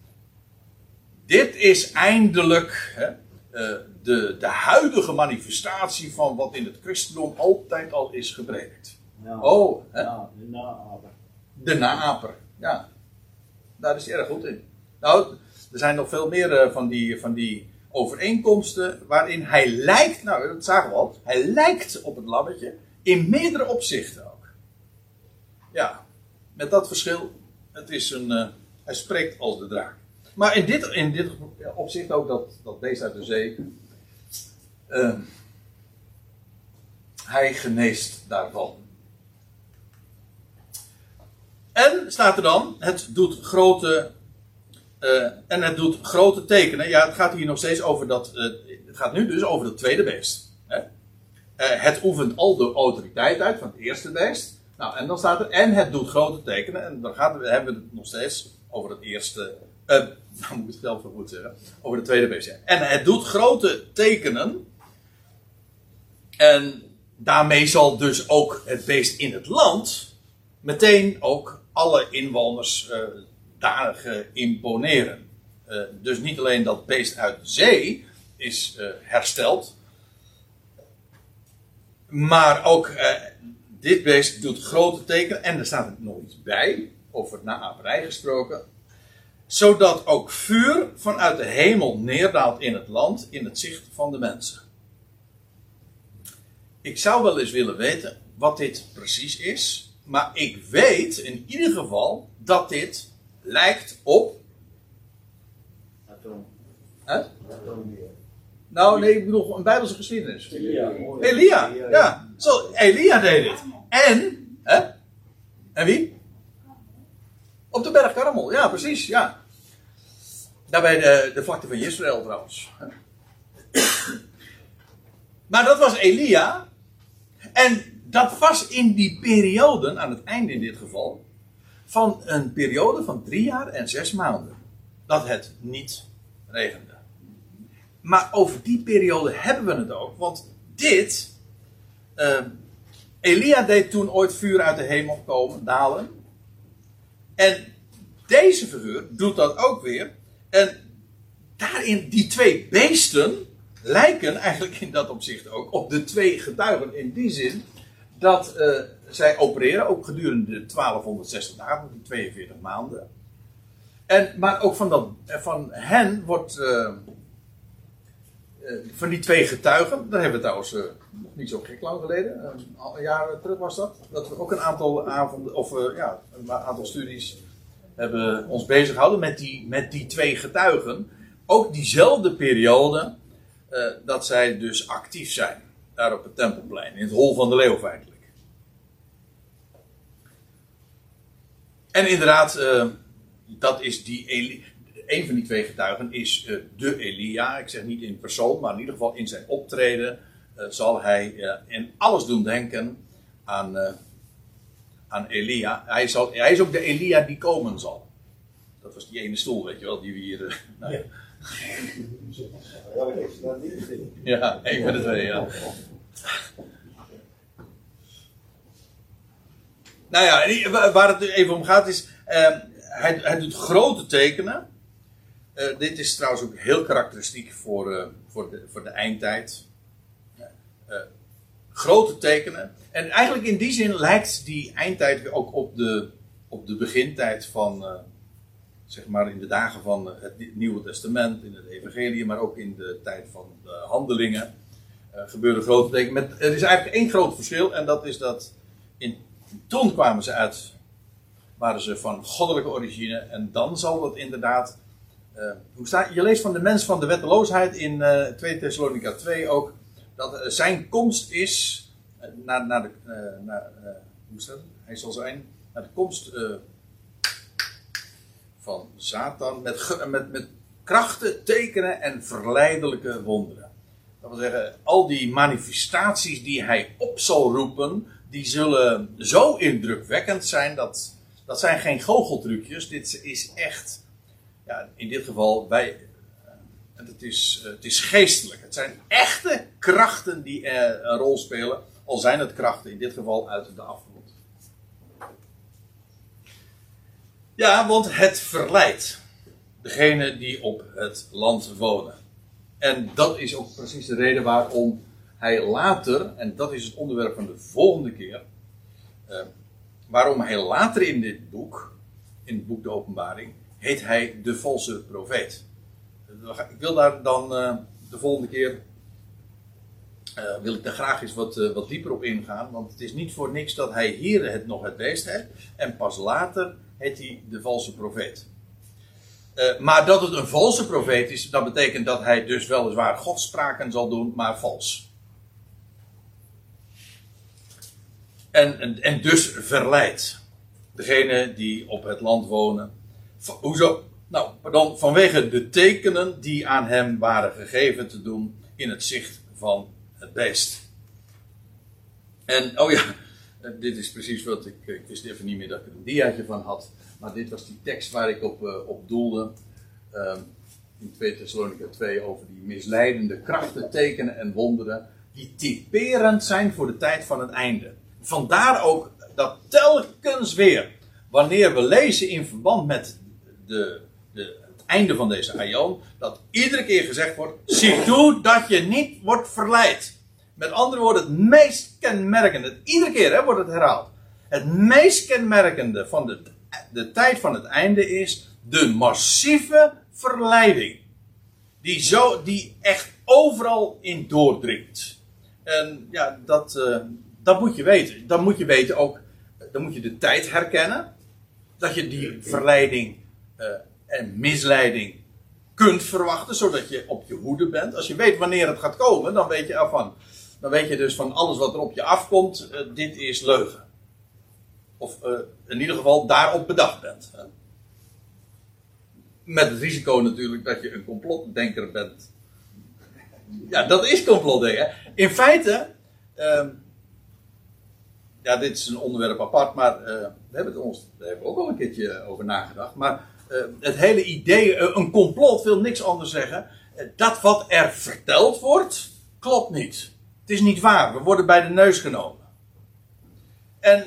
dit is eindelijk hè, uh, de, de huidige manifestatie van wat in het christendom altijd al is gepredikt. Ja, oh, hè? ja, de naaper. De naaper, ja. Daar is hij erg goed in. Nou, er zijn nog veel meer uh, van, die, van die overeenkomsten waarin hij lijkt, nou dat zagen we al, hij lijkt op het lammetje in meerdere opzichten ook. Ja, met dat verschil, het is een, uh, hij spreekt als de draak. Maar in dit, in dit opzicht ook dat, dat beest uit de zee, uh, hij geneest daarvan. En staat er dan, het doet grote, uh, en het doet grote tekenen. Ja, het gaat hier nog steeds over dat, uh, het gaat nu dus over het tweede beest. Hè? Uh, het oefent al de autoriteit uit van het eerste beest. Nou, en dan staat er, en het doet grote tekenen. En dan gaat, hebben we het nog steeds over het eerste, uh, nou moet ik het zelf zo goed zeggen, over het tweede beest. Ja. En het doet grote tekenen. En daarmee zal dus ook het beest in het land meteen ook alle inwoners uh, daar uh, imponeren. Uh, dus niet alleen dat beest uit de zee is uh, hersteld. Maar ook uh, dit beest doet grote tekenen. En er staat er nog iets bij. Over naaperij gesproken. Zodat ook vuur vanuit de hemel neerdaalt in het land. In het zicht van de mensen. Ik zou wel eens willen weten wat dit precies is. Maar ik weet in ieder geval dat dit lijkt op. Atoom. Hè? Atoom. Nou, nee, ik bedoel een Bijbelse geschiedenis. Elia. Elia, ja. Zo, Elia deed dit. En, hè? En wie? Op de berg Karmel, ja, precies, ja. Daarbij de, de vlakte van Israël trouwens. Maar dat was Elia. En dat was in die perioden, aan het einde in dit geval, van een periode van drie jaar en zes maanden. Dat het niet regende. Maar over die periode hebben we het ook. Want dit, uh, Elia deed toen ooit vuur uit de hemel komen, dalen. En deze figuur doet dat ook weer. En daarin, die twee beesten lijken eigenlijk in dat opzicht ook op de twee getuigen. In die zin dat uh, zij opereren ook gedurende de twaalfhonderdzestig dagen, die tweeënveertig maanden. En, maar ook van, dat, van hen wordt, uh, uh, van die twee getuigen, daar hebben we trouwens uh, nog niet zo gek lang geleden, uh, een jaar terug was dat, dat we ook een aantal avonden, of uh, ja, een aantal studies hebben ons bezig gehouden met die, met die twee getuigen. Ook diezelfde periode uh, dat zij dus actief zijn. Daar op het Tempelplein, in het Hol van de Leeuw feitelijk. En inderdaad, uh, dat is die Eli- een van die twee getuigen is uh, de Elia. Ik zeg niet in persoon, maar in ieder geval in zijn optreden uh, zal hij uh, in alles doen denken aan, uh, aan Elia. Hij, zal, hij is ook de Elia die komen zal. Dat was die ene stoel, weet je wel, die we hier... Uh, nou ja. Ja, één van de twee, ja. Nou ja, waar het even om gaat is... Uh, hij, hij doet grote tekenen. Uh, dit is trouwens ook heel karakteristiek voor, uh, voor, de, voor de eindtijd. Uh, grote tekenen. En eigenlijk in die zin lijkt die eindtijd ook op de, op de begintijd van... Uh, zeg maar in de dagen van het Nieuwe Testament, in het Evangelie, maar ook in de tijd van de Handelingen. Uh, gebeuren grote tekenen. Met, er is eigenlijk één groot verschil en dat is dat... In, toen kwamen ze uit... waren ze van goddelijke origine. En dan zal dat inderdaad... Uh, hoe staat, je leest van de mens van de wetteloosheid in uh, twee Thessalonica twee ook... dat uh, zijn komst is... Uh, naar, naar de... Uh, naar, uh, hoe staat het? Hij zal zijn... naar de komst... Uh, van Satan... Met, met, met krachten, tekenen en verleidelijke wonderen. Dat wil zeggen... al die manifestaties die hij op zal roepen... die zullen zo indrukwekkend zijn... dat Dat zijn geen goocheltrucjes. Dit is echt, ja, in dit geval, wij, het, is, het is geestelijk. Het zijn echte krachten die uh, een rol spelen. Al zijn het krachten, in dit geval, uit de afgrond. Ja, want het verleidt degene die op het land wonen. En dat is ook precies de reden waarom hij later, en dat is het onderwerp van de volgende keer... Uh, Waarom hij later in dit boek, in het boek De Openbaring, heet hij de valse profeet. Ik wil daar dan uh, de volgende keer, uh, wil ik daar graag eens wat, uh, wat dieper op ingaan. Want het is niet voor niks dat hij hier het nog het beest heeft. En pas later heet hij de valse profeet. Uh, maar dat het een valse profeet is, dat betekent dat hij dus weliswaar godspraken zal doen, maar vals. En, en, en dus verleidt degene die op het land wonen. V- hoezo? Nou, pardon, vanwege de tekenen die aan hem waren gegeven te doen in het zicht van het beest. En, oh ja, dit is precies wat ik, ik wist even niet meer dat ik er een diaatje van had. Maar dit was die tekst waar ik op, uh, op doelde. Um, in twee Thessalonica twee over die misleidende krachten, tekenen en wonderen. Die typerend zijn voor de tijd van het einde. Vandaar ook dat telkens weer, wanneer we lezen in verband met de, de, het einde van deze aion, dat iedere keer gezegd wordt, zie toe dat je niet wordt verleid. Met andere woorden, het meest kenmerkende, iedere keer hè, wordt het herhaald, het meest kenmerkende van de, de tijd van het einde is de massieve verleiding. Die, zo, die echt overal in doordringt. En ja, dat... Uh, Dat moet je weten. Dan moet je weten ook, dan moet je de tijd herkennen. Dat je die verleiding uh, en misleiding kunt verwachten, zodat je op je hoede bent. Als je weet wanneer het gaat komen, dan weet je ervan. Dan weet je dus van alles wat er op je afkomt, uh, dit is leugen. Of uh, in ieder geval daarop bedacht bent. Hè. Met het risico natuurlijk dat je een complotdenker bent. Ja, dat is complotdenken. In feite... Uh, Ja, dit is een onderwerp apart, maar uh, we hebben het ons, daar hebben we ook al een keertje over nagedacht. Maar uh, het hele idee, uh, een complot wil niks anders zeggen. Uh, dat wat er verteld wordt, klopt niet. Het is niet waar, we worden bij de neus genomen. En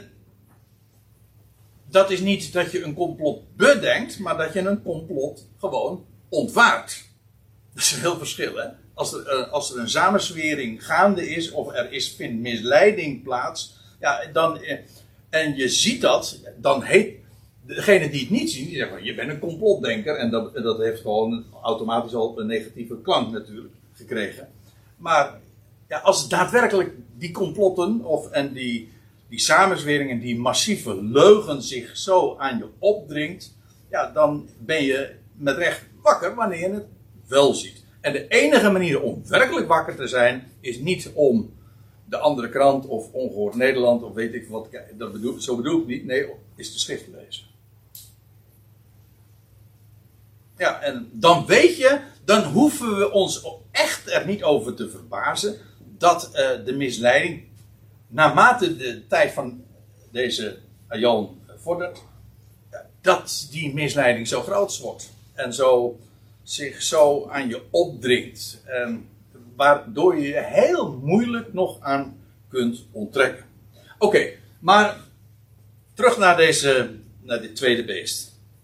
dat is niet dat je een complot bedenkt, maar dat je een complot gewoon ontwaart. Dat is een heel verschil, hè. Als er, uh, als er een samenzwering gaande is, of er is, vindt misleiding plaats... Ja, dan, en je ziet dat, dan heet degene die het niet zien, die zeggen van, je bent een complotdenker. En dat, dat heeft gewoon automatisch al een negatieve klank natuurlijk gekregen. Maar ja, als daadwerkelijk die complotten of, en die, die samenzweringen, die massieve leugen zich zo aan je opdringt, ja, dan ben je met recht wakker wanneer je het wel ziet. En de enige manier om werkelijk wakker te zijn, is niet om de andere krant of Ongehoord Nederland of weet ik wat, dat bedoel, zo bedoel ik niet. Nee, is de schrift lezen. Ja, en dan weet je, dan hoeven we ons echt er niet over te verbazen dat uh, de misleiding, naarmate de tijd van deze aion vordert, dat die misleiding zo groot wordt. En zo zich zo aan je opdringt. En waardoor je je heel moeilijk nog aan kunt onttrekken. Oké, okay, maar terug naar, deze, naar dit tweede beest.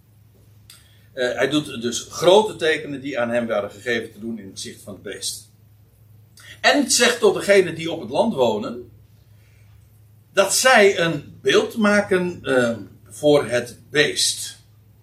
Uh, hij doet dus grote tekenen die aan hem waren gegeven te doen in het zicht van het beest. En het zegt tot degenen die op het land wonen, dat zij een beeld maken uh, voor het beest.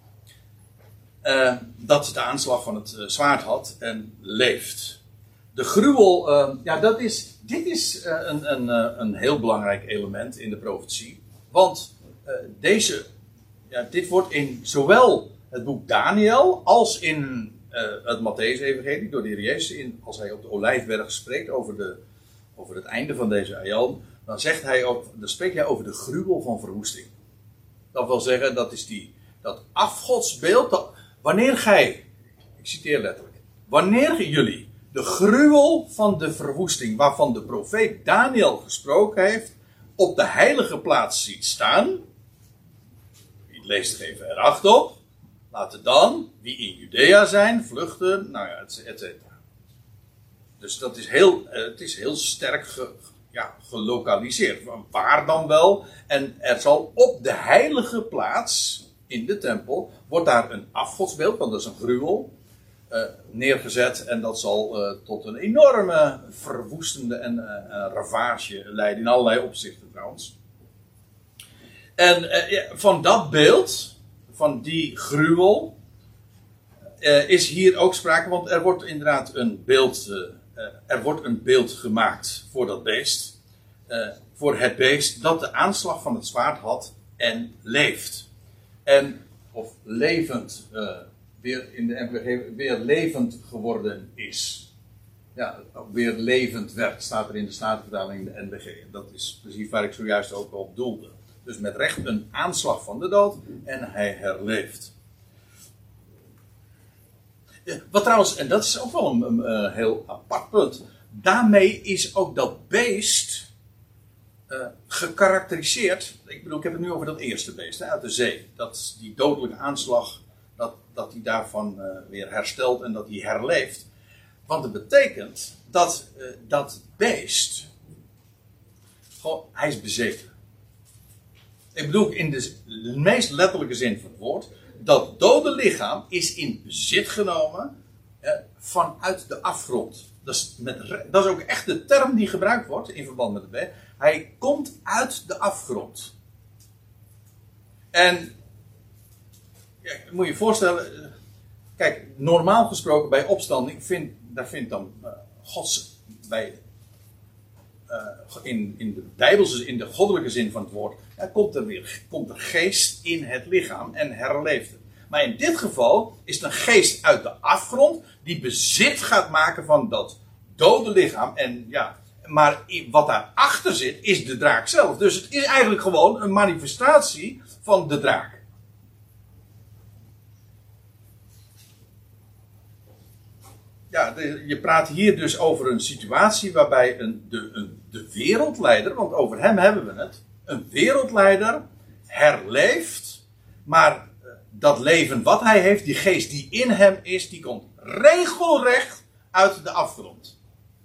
Uh, dat de aanslag van het uh, zwaard had en leeft. De gruwel, uh, ja, dat is, dit is uh, een, een, uh, een heel belangrijk element in de profetie. Want uh, deze, ja, dit wordt in zowel het boek Daniel als in uh, het Mattheüs-evangelie door de Heer Jezus, in, als hij op de Olijfberg spreekt over, de, over het einde van deze aion, dan, zegt hij ook, dan spreekt hij over de gruwel van verwoesting. Dat wil zeggen, dat is die, dat afgodsbeeld, dat, wanneer gij, ik citeer letterlijk, wanneer jullie de gruwel van de verwoesting, waarvan de profeet Daniel gesproken heeft, op de heilige plaats ziet staan, lees er even eracht op, laten dan, wie in Judea zijn, vluchten, nou ja, et cetera. Dus dat is heel, het is heel sterk ge, ja, gelokaliseerd. Waar dan wel? En er zal op de heilige plaats, in de tempel, wordt daar een afgodsbeeld, want dat is een gruwel, uh, neergezet. En dat zal uh, tot een enorme verwoestende en uh, uh, ravage leiden, in allerlei opzichten trouwens. En uh, ja, van dat beeld, van die gruwel, uh, is hier ook sprake, want er wordt inderdaad een beeld, uh, uh, er wordt een beeld gemaakt voor dat beest. Uh, voor het beest dat de aanslag van het zwaard had en leeft. En, of levend, uh, weer in de N V G, weer levend geworden is. Ja, weer levend werd, staat er in de Statenvertaling in de N B G. Dat is precies waar ik zojuist ook op doelde. Dus met recht een aanslag van de dood en hij herleeft. Wat trouwens, en dat is ook wel een, een, een heel apart punt. Daarmee is ook dat beest uh, gekarakteriseerd. Ik bedoel, ik heb het nu over dat eerste beest hè, uit de zee. Dat die dodelijke aanslag, dat, dat hij daarvan uh, weer herstelt en dat hij herleeft. Want het betekent dat uh, dat beest, gewoon, hij is bezeten. Ik bedoel in de meest letterlijke zin van het woord. Dat dode lichaam is in bezit genomen eh, vanuit de afgrond. Dat is, met, dat is ook echt de term die gebruikt wordt in verband met het beest. Hij komt uit de afgrond. En ja, moet je je voorstellen. Kijk, normaal gesproken bij opstanding vindt, daar vindt dan uh, Gods bij uh, in, in de Bijbelse, in de goddelijke zin van het woord. Ja, komt er weer komt er geest in het lichaam en herleeft het. Maar in dit geval is het een geest uit de afgrond die bezit gaat maken van dat dode lichaam. En ja, maar wat daarachter zit is de draak zelf. Dus het is eigenlijk gewoon een manifestatie van de draak. Ja, de, je praat hier dus over een situatie waarbij een, de, een, de wereldleider, want over hem hebben we het, een wereldleider herleeft, maar dat leven wat hij heeft, die geest die in hem is, die komt regelrecht uit de afgrond.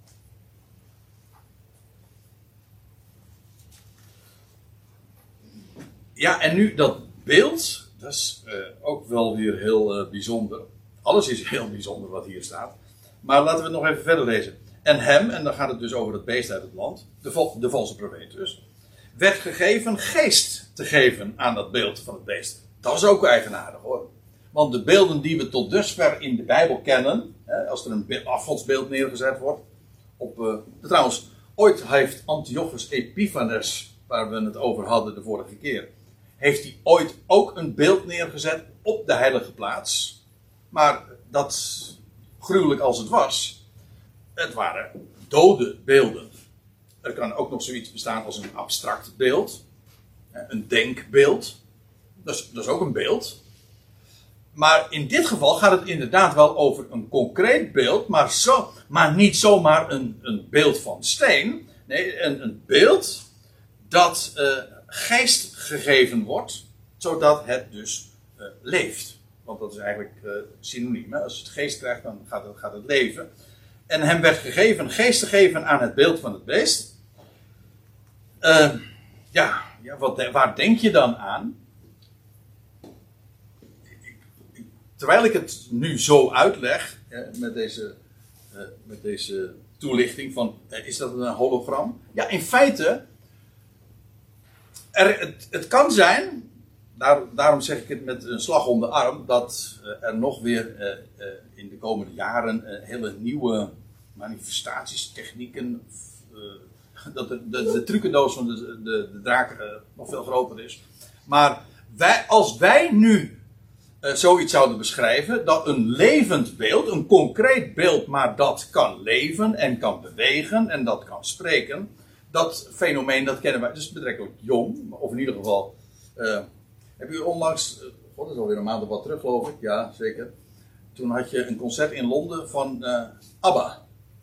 Ja, en nu dat beeld, dat is uh, ook wel weer heel uh, bijzonder. Alles is heel bijzonder wat hier staat. Maar laten we het nog even verder lezen. En hem, en dan gaat het dus over het beest uit het land, de, vol, de valse profeet dus, werd gegeven geest te geven aan dat beeld van het beest. Dat is ook eigenaardig hoor. Want de beelden die we tot dusver in de Bijbel kennen, hè, als er een afgodsbeeld neergezet wordt, op, uh, trouwens, ooit heeft Antiochus Epiphanes, waar we het over hadden de vorige keer, heeft hij ooit ook een beeld neergezet op de heilige plaats. Maar dat, gruwelijk als het was, het waren dode beelden. Er kan ook nog zoiets bestaan als een abstract beeld. Een denkbeeld. Dat is, dat is ook een beeld. maar in dit geval gaat het inderdaad wel over een concreet beeld, maar, zo, maar niet zomaar een, een beeld van steen. Nee, een, een beeld dat uh, geest gegeven wordt, zodat het dus uh, leeft. Want dat is eigenlijk uh, synoniem. Hè? Als je het geest krijgt, dan gaat het, gaat het leven. En hem werd gegeven geest te geven aan het beeld van het beest. Uh, ja, ja wat, waar denk je dan aan? Terwijl ik het nu zo uitleg, hè, met, deze, uh, met deze toelichting van, uh, is dat een hologram? Ja, in feite, er, het, het kan zijn, daar, daarom zeg ik het met een slag om de arm, dat uh, er nog weer uh, uh, in de komende jaren uh, hele nieuwe manifestaties, technieken, uh, dat de, de, de trucendoos van de, de, de draak uh, nog veel groter is. Maar wij, als wij nu Uh, zoiets zouden beschrijven, dat een levend beeld, een concreet beeld, maar dat kan leven en kan bewegen en dat kan spreken, dat fenomeen, dat kennen wij, dus betrekkelijk jong, of in ieder geval, uh, heb u onlangs, uh, god, dat is alweer een maand of wat terug geloof ik, ja zeker, toen had je een concert in Londen van uh, ABBA.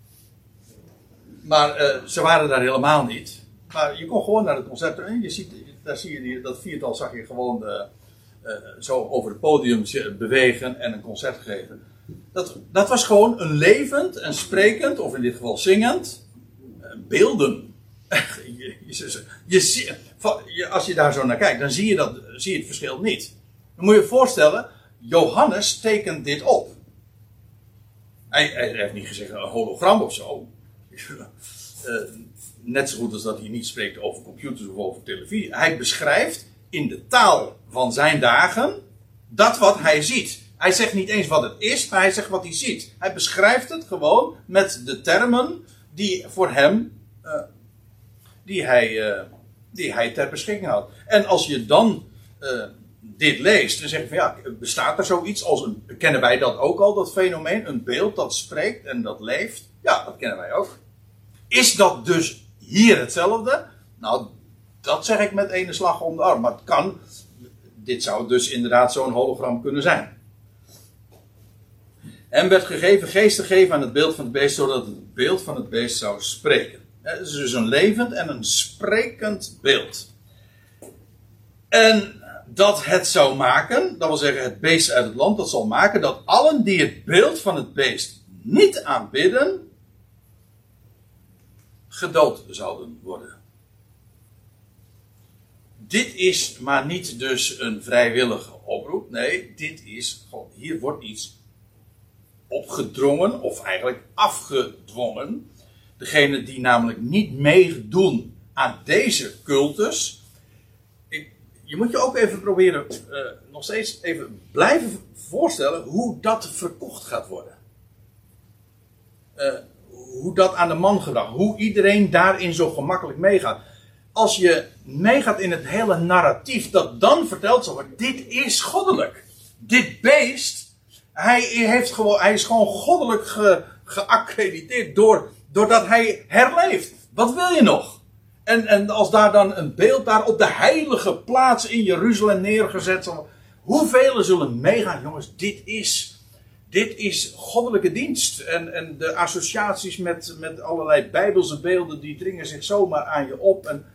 Maar uh, ze waren daar helemaal niet, maar je kon gewoon naar het concert en je ziet, daar zie je die, dat viertal zag je gewoon uh, Uh, zo over het podium bewegen en een concert geven. Dat, dat was gewoon een levend en sprekend, of in dit geval zingend, uh, beelden. je, je, je, je, als je daar zo naar kijkt, dan zie je, dat, zie je het verschil niet. Dan moet je je voorstellen, Johannes tekent dit op. Hij, hij heeft niet gezegd een hologram of zo. uh, net zo goed als dat hij niet spreekt over computers of over televisie. Hij beschrijft in de taal van zijn dagen dat wat hij ziet. Hij zegt niet eens wat het is, maar hij zegt wat hij ziet. Hij beschrijft het gewoon met de termen die voor hem, uh, die, hij, uh, die hij ter beschikking had. En als je dan uh, dit leest en zegt van ja, bestaat er zoiets als een, kennen wij dat ook al, dat fenomeen, een beeld dat spreekt en dat leeft? Ja, dat kennen wij ook. Is dat dus hier hetzelfde? Nou, dat zeg ik met ene slag om de arm. Maar het kan, dit zou dus inderdaad zo'n hologram kunnen zijn. Hem werd gegeven geest te geven aan het beeld van het beest, zodat het beeld van het beest zou spreken. Het is dus een levend en een sprekend beeld. En dat het zou maken, dat wil zeggen het beest uit het land, dat zal maken dat allen die het beeld van het beest niet aanbidden, gedood zouden worden. Dit is maar niet dus een vrijwillige oproep. Nee, dit is, hier wordt iets opgedrongen, of eigenlijk afgedwongen. Degene die namelijk niet meedoen aan deze cultus. Ik, je moet je ook even proberen, uh, nog steeds even blijven voorstellen hoe dat verkocht gaat worden. Uh, hoe dat aan de man gebracht, hoe iedereen daarin zo gemakkelijk meegaat. Als je meegaat in het hele narratief dat dan verteld zal worden, dit is goddelijk. Dit beest, hij, heeft gewoon, hij is gewoon goddelijk ge, geaccrediteerd door, doordat hij herleeft. Wat wil je nog? En, en als daar dan een beeld daar op de heilige plaats in Jeruzalem neergezet zal, hoeveel zullen meegaan? Jongens, dit is, dit is goddelijke dienst. En, en de associaties met, met allerlei bijbelse beelden, die dringen zich zomaar aan je op. En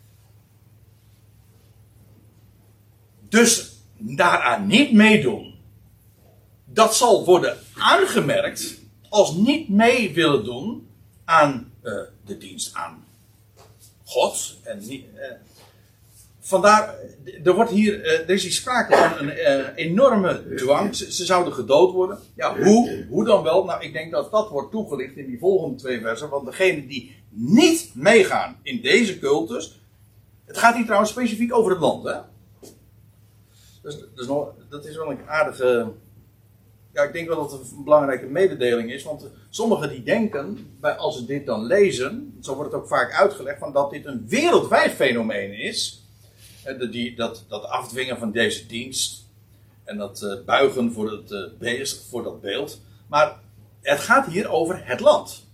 dus daaraan niet meedoen, dat zal worden aangemerkt als niet mee willen doen aan uh, de dienst aan God. En niet, uh, vandaar, er wordt hier, uh, er is hier sprake van een uh, enorme dwang. Ze, ze zouden gedood worden. Ja, hoe? Hoe dan wel? Nou, ik denk dat dat wordt toegelicht in die volgende twee versen. Want degenen die niet meegaan in deze cultus. Het gaat hier trouwens specifiek over het land, hè? Dus, dus nog, dat is wel een aardige. Ja, ik denk wel dat het een belangrijke mededeling is. Want sommigen die denken, bij, als ze dit dan lezen, zo wordt het ook vaak uitgelegd, van dat dit een wereldwijd fenomeen is. De, die, dat, dat afdwingen van deze dienst. En dat uh, buigen voor, het, uh, beest, voor dat beeld. Maar het gaat hier over het land.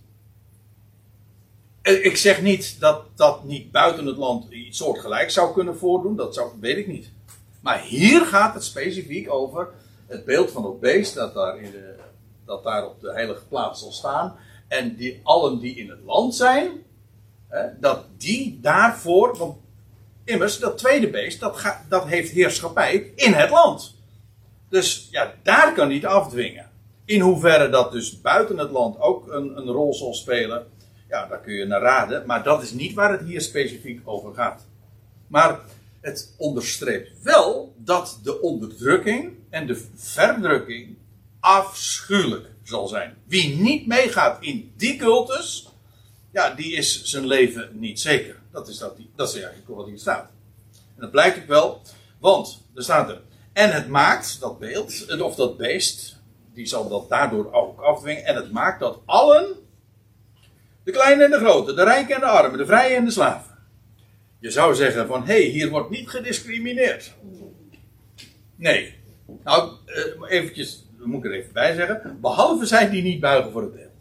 Ik zeg niet dat dat niet buiten het land iets soortgelijks zou kunnen voordoen. Dat zou, weet ik niet. Maar hier gaat het specifiek over het beeld van het beest dat daar, in de, dat daar op de heilige plaats zal staan. En die, allen die in het land zijn, hè, dat die daarvoor, want immers dat tweede beest dat, ga, dat heeft heerschappij in het land. Dus ja, daar kan hij het afdwingen. In hoeverre dat dus buiten het land ook een, een rol zal spelen, ja, daar kun je naar raden. Maar dat is niet waar het hier specifiek over gaat. Maar het onderstreept wel dat de onderdrukking en de verdrukking afschuwelijk zal zijn. Wie niet meegaat in die cultus, ja, die is zijn leven niet zeker. Dat is, dat, dat is eigenlijk wat hier staat. En dat blijkt ook wel, want er staat er. En het maakt, dat beeld, of dat beest, die zal dat daardoor ook afdwingen. En het maakt dat allen, de kleine en de grote, de rijken en de armen, de vrije en de slaven. Je zou zeggen van, hé, hey, hier wordt niet gediscrimineerd. Nee. Nou, eventjes, dat moet ik er even bij zeggen. Behalve zij die niet buigen voor het beeld.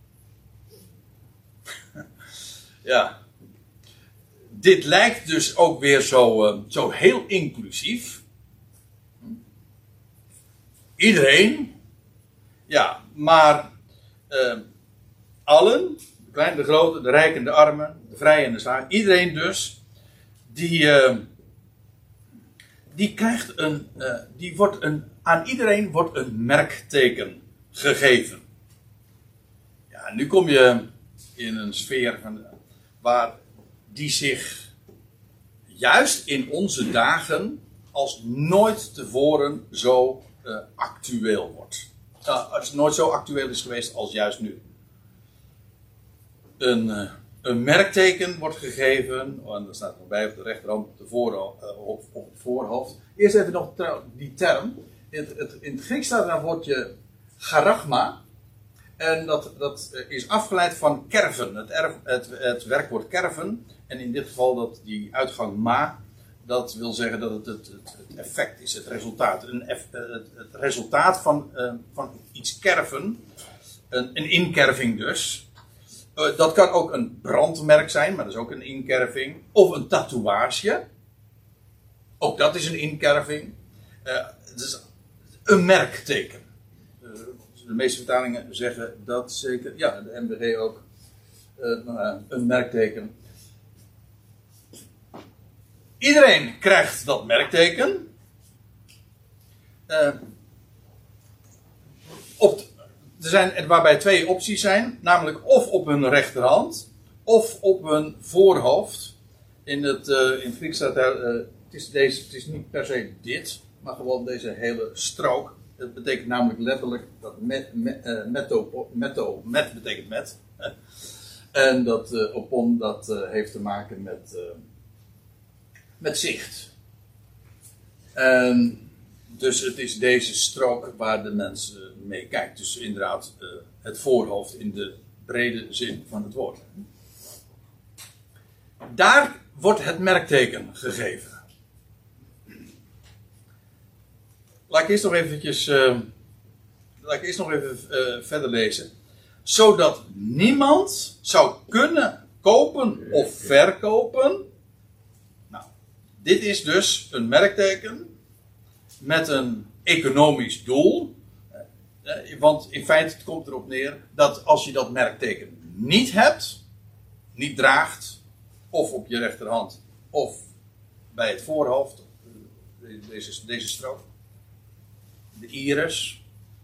Ja. Dit lijkt dus ook weer zo, zo heel inclusief. Iedereen. Ja, maar uh, allen, de kleine, de grote, de rijken, de armen, de vrije en de slaven. Iedereen dus, die, uh, die krijgt een, uh, die wordt een, aan iedereen wordt een merkteken gegeven. Ja, nu kom je in een sfeer van, waar die zich juist in onze dagen als nooit tevoren zo uh, actueel wordt. Uh, als het nooit zo actueel is geweest als juist nu. Een, uh, een merkteken wordt gegeven, en dat staat nog bij op de rechterhand op, de voorhoofd, uh, op, op het voorhoofd. Eerst even nog die term. In het, het, in het Grieks staat er een woordje charagma. En dat, dat is afgeleid van kerven. Het, erf, het, het werkwoord kerven. En in dit geval dat die uitgang ma. Dat wil zeggen dat het het, het, het effect is. Het resultaat. Een eff, het, het resultaat van, uh, van iets kerven. Een, een inkerving dus. Uh, dat kan ook een brandmerk zijn. Maar dat is ook een inkerving. Of een tatoeage. Ook dat is een inkerving. Uh, het is een merkteken. De meeste vertalingen zeggen dat zeker. Ja, de M B G ook. Uh, een merkteken. Iedereen krijgt dat merkteken. Uh, op, er zijn waarbij twee opties zijn. Namelijk of op hun rechterhand. Of op hun voorhoofd. In het, uh, in het Grieks staat daar. Uh, het, is deze, het is niet per se dit. Maar gewoon deze hele strook. Het betekent namelijk letterlijk dat met, met, uh, metto, metto, met betekent met. En dat uh, opon, dat uh, heeft te maken met, uh, met zicht. En dus het is deze strook waar de mens uh, mee kijkt. Dus inderdaad uh, het voorhoofd in de brede zin van het woord. Daar wordt het merkteken gegeven. Laat ik eerst nog eventjes, uh, laat ik eerst nog even uh, verder lezen. Zodat niemand zou kunnen kopen of verkopen. Nou, dit is dus een merkteken met een economisch doel. Uh, want in feite het komt erop neer dat als je dat merkteken niet hebt, niet draagt, of op je rechterhand, of bij het voorhoofd, deze, deze strook. De iris.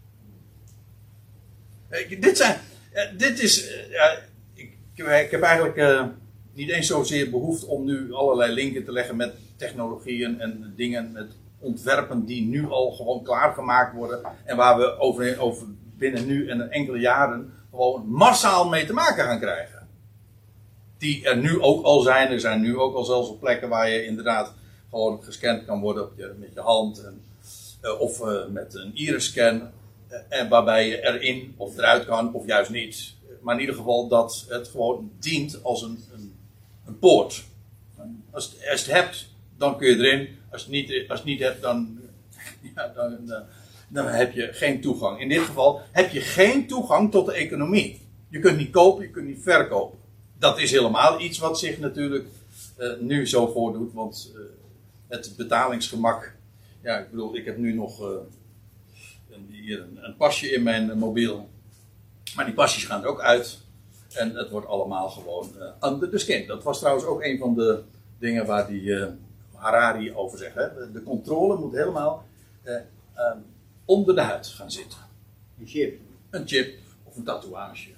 Uh, dit zijn. Uh, dit is. Uh, uh, ik, ik heb eigenlijk uh, niet eens zozeer behoefte om nu allerlei linken te leggen met technologieën en dingen, met ontwerpen die nu al gewoon klaargemaakt worden. En waar we over, over binnen nu en enkele jaren gewoon massaal mee te maken gaan krijgen. Die er nu ook al zijn. Er zijn nu ook al zelfs op plekken waar je inderdaad gewoon gescand kan worden op je, met je hand. En, Uh, of uh, met een iris-scan. Uh, en waarbij je erin of eruit kan, of juist niet. Maar in ieder geval dat het gewoon dient als een, een, een poort. Als, het, als je het hebt, dan kun je erin. Als je het niet, als je het niet hebt, dan, ja, dan, dan, dan heb je geen toegang. In dit geval heb je geen toegang tot de economie. Je kunt niet kopen, je kunt niet verkopen. Dat is helemaal iets wat zich natuurlijk uh, nu zo voordoet. Want uh, het betalingsgemak. Ja, ik bedoel, ik heb nu nog uh, een, hier een, een pasje in mijn uh, mobiel. Maar die pasjes gaan er ook uit. En het wordt allemaal gewoon uh, under the skin. Dat was trouwens ook een van de dingen waar die uh, Harari over zegt. Hè? De controle moet helemaal uh, um, onder de huid gaan zitten. Een chip. Een chip of een tatoeage.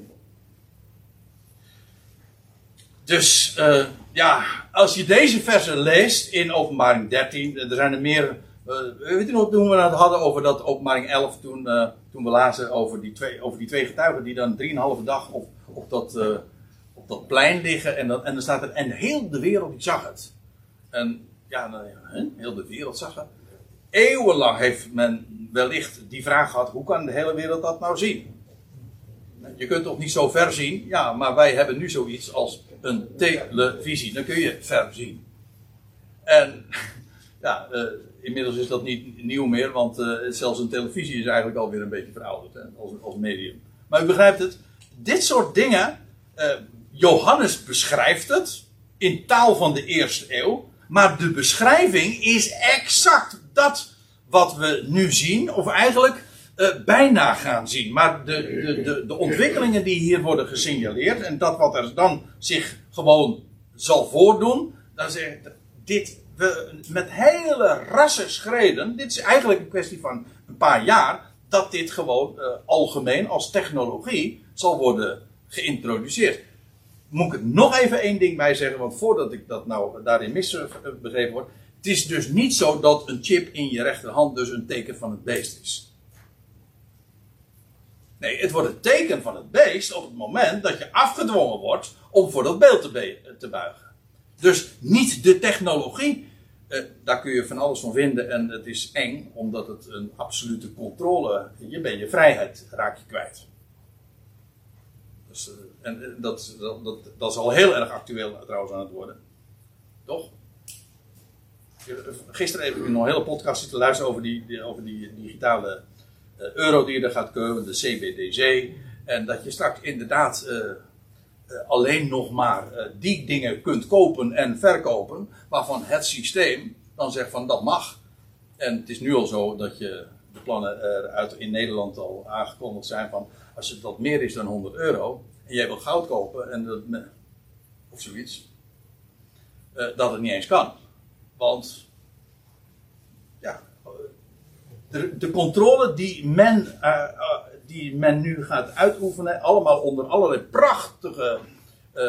Dus uh, ja, als je deze versen leest in Openbaring dertien, er zijn er meer. Uh, weet je nog toen we het hadden over dat Openbaring elf, toen, uh, toen we lazen over die, twee, over die twee getuigen die dan drieënhalve dag op, op, dat, uh, op dat plein liggen en, dat, en dan staat er, en heel de wereld die zag het. En ja, nou, hè, heel de wereld zag het. Eeuwenlang heeft men wellicht die vraag gehad, hoe kan de hele wereld dat nou zien? Je kunt toch niet zo ver zien? Ja, maar wij hebben nu zoiets als een televisie. Dan kun je ver zien. En ja, uh, inmiddels is dat niet nieuw meer, want uh, zelfs een televisie is eigenlijk alweer een beetje verouderd, hè, als, als medium. Maar u begrijpt het, dit soort dingen, uh, Johannes beschrijft het in taal van de eerste eeuw, maar de beschrijving is exact dat wat we nu zien, of eigenlijk uh, bijna gaan zien. Maar de, de, de, de ontwikkelingen die hier worden gesignaleerd, en dat wat er dan zich gewoon zal voordoen, dan zeg ik, dit, we, met hele rasse schreden, dit is eigenlijk een kwestie van een paar jaar, dat dit gewoon uh, algemeen als technologie zal worden geïntroduceerd. Moet ik er nog even één ding bij zeggen, want voordat ik dat nou daarin misbegrepen word. Het is dus niet zo dat een chip in je rechterhand dus een teken van het beest is. Nee, het wordt een teken van het beest op het moment dat je afgedwongen wordt om voor dat beeld te, be- te buigen. Dus niet de technologie, eh, daar kun je van alles van vinden en het is eng, omdat het een absolute controle, je bent je vrijheid, raak je kwijt. Dus, uh, en uh, dat, dat, dat, dat is al heel erg actueel trouwens aan het worden. Toch? Gisteren heb ik nog een hele podcast zitten luisteren over die, die, over die digitale uh, euro die er gaat komen, de C B D C. En dat je straks inderdaad uh, uh, alleen nog maar uh, die dingen kunt kopen en verkopen, waarvan het systeem dan zegt van dat mag. En het is nu al zo dat je de plannen eruit in Nederland al aangekondigd zijn van als het wat meer is dan honderd euro en jij wil goud kopen en dat, of zoiets, uh, dat het niet eens kan. Want ja, de, de controle die men, uh, uh, die men nu gaat uitoefenen, allemaal onder allerlei prachtige uh,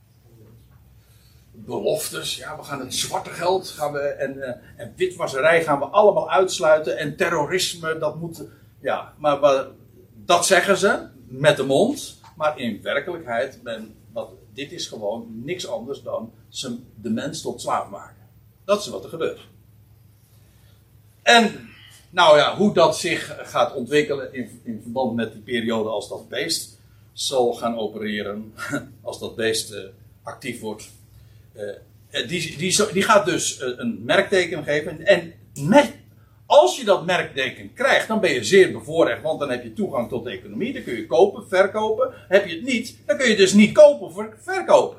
beloftes. Ja, we gaan het zwarte geld gaan we, en, uh, en witwasserij gaan we allemaal uitsluiten en terrorisme, dat moet. Ja, maar, maar dat zeggen ze met de mond, maar in werkelijkheid, men, wat, dit is gewoon niks anders dan de mens tot slaaf maken. Dat is wat er gebeurt. En, nou ja, hoe dat zich gaat ontwikkelen in, in verband met die periode als dat beest zal gaan opereren, als dat beest uh, actief wordt. Uh, die, die, die gaat dus uh, een merkteken geven. En met, als je dat merkteken krijgt, dan ben je zeer bevoorrecht, want dan heb je toegang tot de economie. Dan kun je kopen, verkopen. Heb je het niet, dan kun je dus niet kopen of verkopen.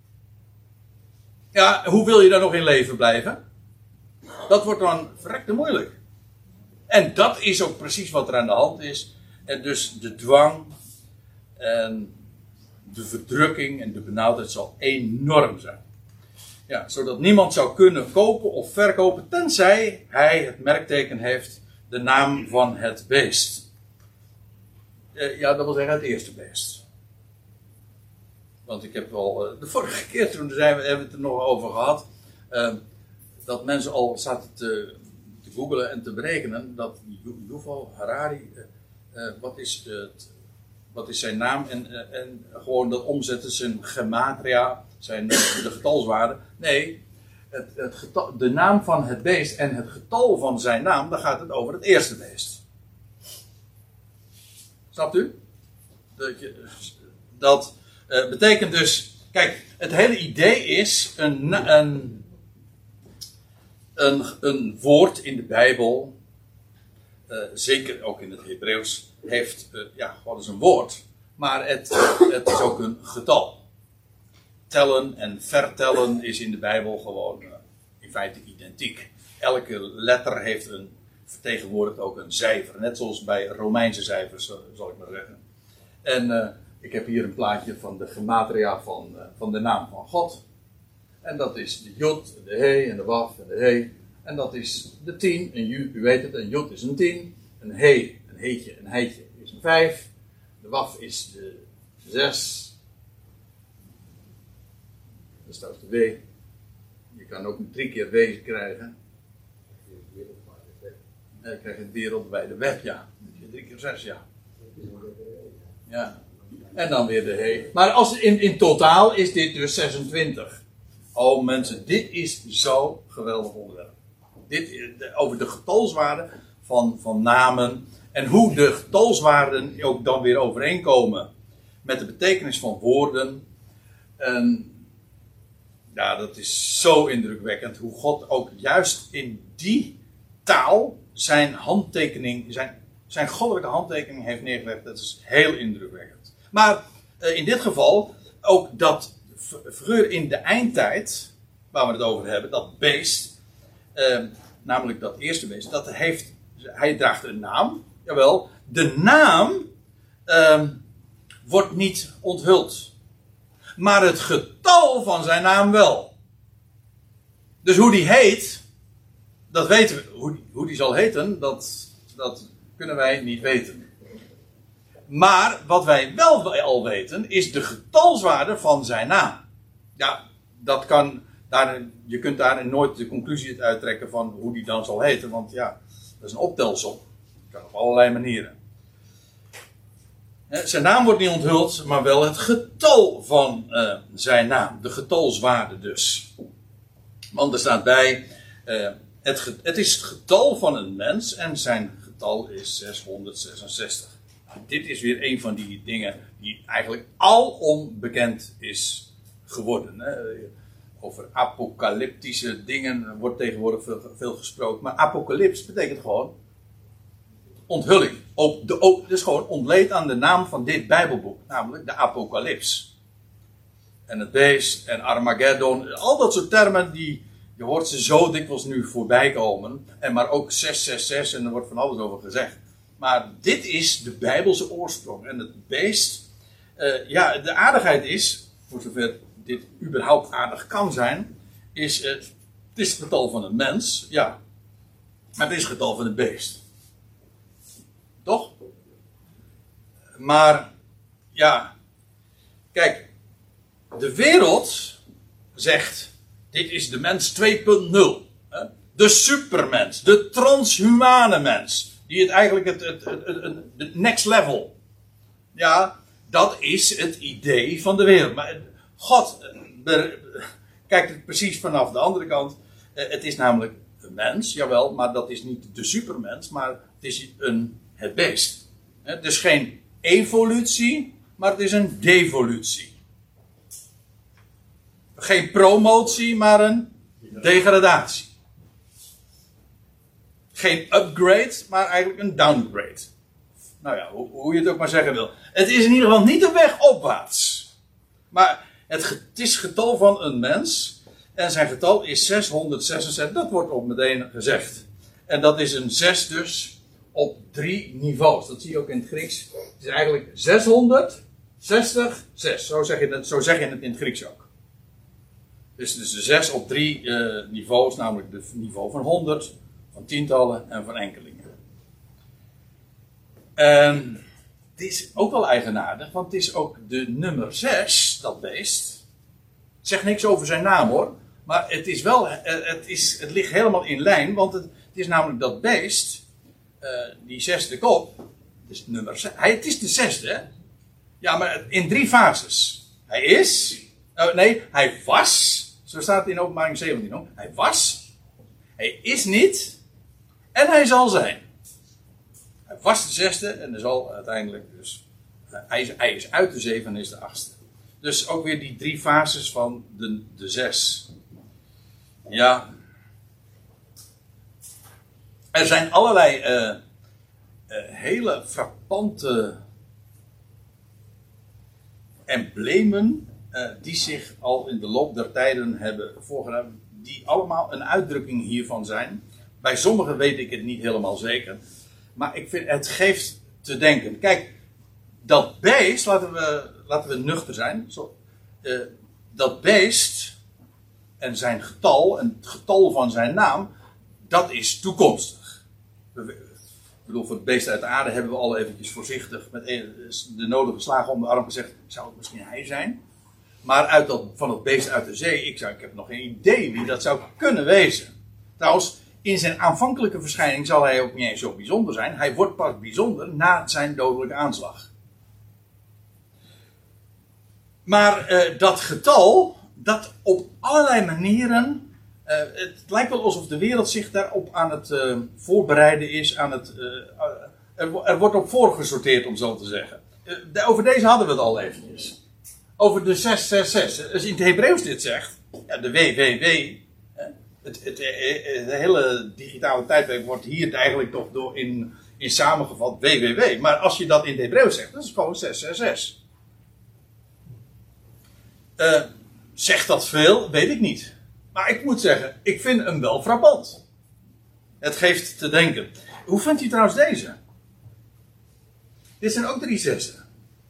Ja, hoe wil je daar nog in leven blijven? Dat wordt dan verrekte moeilijk. En dat is ook precies wat er aan de hand is. En dus de dwang en de verdrukking en de benauwdheid zal enorm zijn. Ja, zodat niemand zou kunnen kopen of verkopen tenzij hij het merkteken heeft, de naam van het beest. Uh, ja, dat wil zeggen het eerste beest. Want ik heb wel, uh, de vorige keer toen zijn we, hebben we het er nog over gehad, uh, dat mensen al zaten te, te googlen en te berekenen dat Yuval Harari, uh, uh, wat, is, uh, t, wat is zijn naam en, uh, en gewoon dat omzetten, zijn gematria, zijn, uh, de getalswaarde. Nee, het, het getal, de naam van het beest en het getal van zijn naam, dan gaat het over het eerste beest. Snapt u? Dat, je, dat uh, betekent dus, kijk, het hele idee is een, een, een, een woord in de Bijbel, uh, zeker ook in het Hebreeuws, heeft, uh, ja, wat is een woord, maar het, het is ook een getal. Tellen en vertellen is in de Bijbel gewoon uh, in feite identiek. Elke letter heeft een vertegenwoordigt ook een cijfer. Net zoals bij Romeinse cijfers, zal ik maar zeggen. En uh, ik heb hier een plaatje van de gematria van, uh, van de naam van God. En dat is de Jod, de He en de Waf en de He. En dat is de tien. En u, u weet het, een Jod is een tien. Een He, een Heetje, een Heitje is een vijf. De Waf is de zes. Dat is trouwens de W. Je kan ook drie keer W krijgen. En dan krijg je het wereldwijde web, ja. Drie keer zes, ja. Ja. En dan weer de He. Maar als, in, in totaal is dit dus zesentwintig. Oh mensen, dit is zo geweldig onderwerp. Dit, over de getalswaarde van, van namen. En hoe de getalswaarden ook dan weer overeenkomen met de betekenis van woorden. En ja, dat is zo indrukwekkend. Hoe God ook juist in die taal zijn handtekening, zijn, zijn goddelijke handtekening heeft neergelegd. Dat is heel indrukwekkend. Maar uh, in dit geval ook dat figuur in de eindtijd, waar we het over hebben, dat beest, uh, namelijk dat eerste beest, dat heeft, hij draagt een naam. Jawel, de naam uh, wordt niet onthuld. Maar het getal van zijn naam wel. Dus hoe die heet, dat weten we. Hoe die, hoe die zal heten, dat, dat kunnen wij niet weten. Maar wat wij wel al weten, is de getalswaarde van zijn naam. Ja, dat kan, daar, je kunt daar nooit de conclusie uittrekken van hoe die dan zal heten. Want ja, dat is een optelsom. Dat kan op allerlei manieren. Zijn naam wordt niet onthuld, maar wel het getal van uh, zijn naam. De getalswaarde dus. Want er staat bij, uh, het, ge- het is het getal van een mens en zijn getal is zeshonderdzesenzestig. Nou, dit is weer een van die dingen die eigenlijk alom bekend is geworden. Hè. Over apocalyptische dingen wordt tegenwoordig veel, veel gesproken. Maar apocalyps betekent gewoon onthulling. Op de, op, dus gewoon ontleed aan de naam van dit Bijbelboek. Namelijk de Apocalyps. En het beest en Armageddon. Al dat soort termen die, je hoort ze zo dikwijls nu voorbij komen. En maar ook zes zes zes en er wordt van alles over gezegd. Maar dit is de Bijbelse oorsprong. En het beest. Uh, ja, de aardigheid is, voor zover dit überhaupt aardig kan zijn. Is uh, het is het getal van een mens. Ja. Maar het is het getal van een beest. Toch? Maar, ja. Kijk. De wereld zegt, dit is de mens twee punt nul. De supermens. De transhumane mens. Die het eigenlijk het, het, het, het, het next level. Ja, dat is het idee van de wereld. Maar God kijkt het precies vanaf de andere kant. Het is namelijk een mens, jawel, maar dat is niet de supermens, maar het is een, het beest. Het is geen evolutie, maar het is een devolutie. Geen promotie, maar een degradatie. Geen upgrade, maar eigenlijk een downgrade. Nou ja, hoe, hoe je het ook maar zeggen wil. Het is in ieder geval niet de weg opwaarts. Maar het, het is het getal van een mens. En zijn getal is zeshonderdzesenzestig. Dat wordt ook meteen gezegd. En dat is een zes dus op drie niveaus. Dat zie je ook in het Grieks. Het is eigenlijk zeshonderdzestig zes. Zo zeg je het, zo zeg je het in het Grieks ook. Dus het is de zes op drie uh, niveaus. Namelijk het niveau van honderd, van tientallen en van enkelingen. En het is ook wel eigenaardig. Want het is ook de nummer zes, dat beest. Het zegt niks over zijn naam hoor. Maar het is wel, het, is, het ligt helemaal in lijn. Want het, het is namelijk dat beest. Uh, die zesde kop. Dus nummer zes. Hij, het is de zesde. Hè? Ja, maar in drie fases. Hij is. Uh, nee, hij was. Zo staat het in Openbaring zeventien ook. Hij was. Hij is niet. En hij zal zijn. Hij was de zesde. En er zal uiteindelijk dus. Uh, hij, is, hij is uit de zeven en is de achtste. Dus ook weer die drie fases van de, de zes. Ja. Er zijn allerlei uh, uh, hele frappante emblemen uh, die zich al in de loop der tijden hebben voorgedaan, die allemaal een uitdrukking hiervan zijn. Bij sommigen weet ik het niet helemaal zeker. Maar ik vind, het geeft te denken. Kijk, dat beest, laten we, laten we nuchter zijn. Zo, uh, dat beest en zijn getal, en het getal van zijn naam, dat is toekomstig. Ik bedoel, voor het beest uit de aarde hebben we al eventjes voorzichtig met de nodige slagen om de arm gezegd, zou het misschien hij zijn? Maar uit dat, van het beest uit de zee, ik, zou, ik heb nog geen idee wie dat zou kunnen wezen. Trouwens, in zijn aanvankelijke verschijning zal hij ook niet eens zo bijzonder zijn. Hij wordt pas bijzonder na zijn dodelijke aanslag. Maar uh, dat getal, dat op allerlei manieren, Uh, het lijkt wel alsof de wereld zich daarop aan het uh, voorbereiden is. Aan het, uh, er, er wordt op voorgesorteerd, om zo te zeggen. Uh, de, over deze hadden we het al eventjes. Over de zes zes zes. Als in het Hebreeuws dit zegt, ja, de W W W. Uh, het, het, het, het hele digitale tijdperk wordt hier eigenlijk toch door in, in samengevat W W W. Maar als je dat in het Hebreeuws zegt, dat is gewoon zes zes zes. Uh, zegt dat veel? Weet ik niet. Maar ik moet zeggen, ik vind hem wel frappant. Het geeft te denken. Hoe vindt u trouwens deze? Dit zijn ook drie zessen.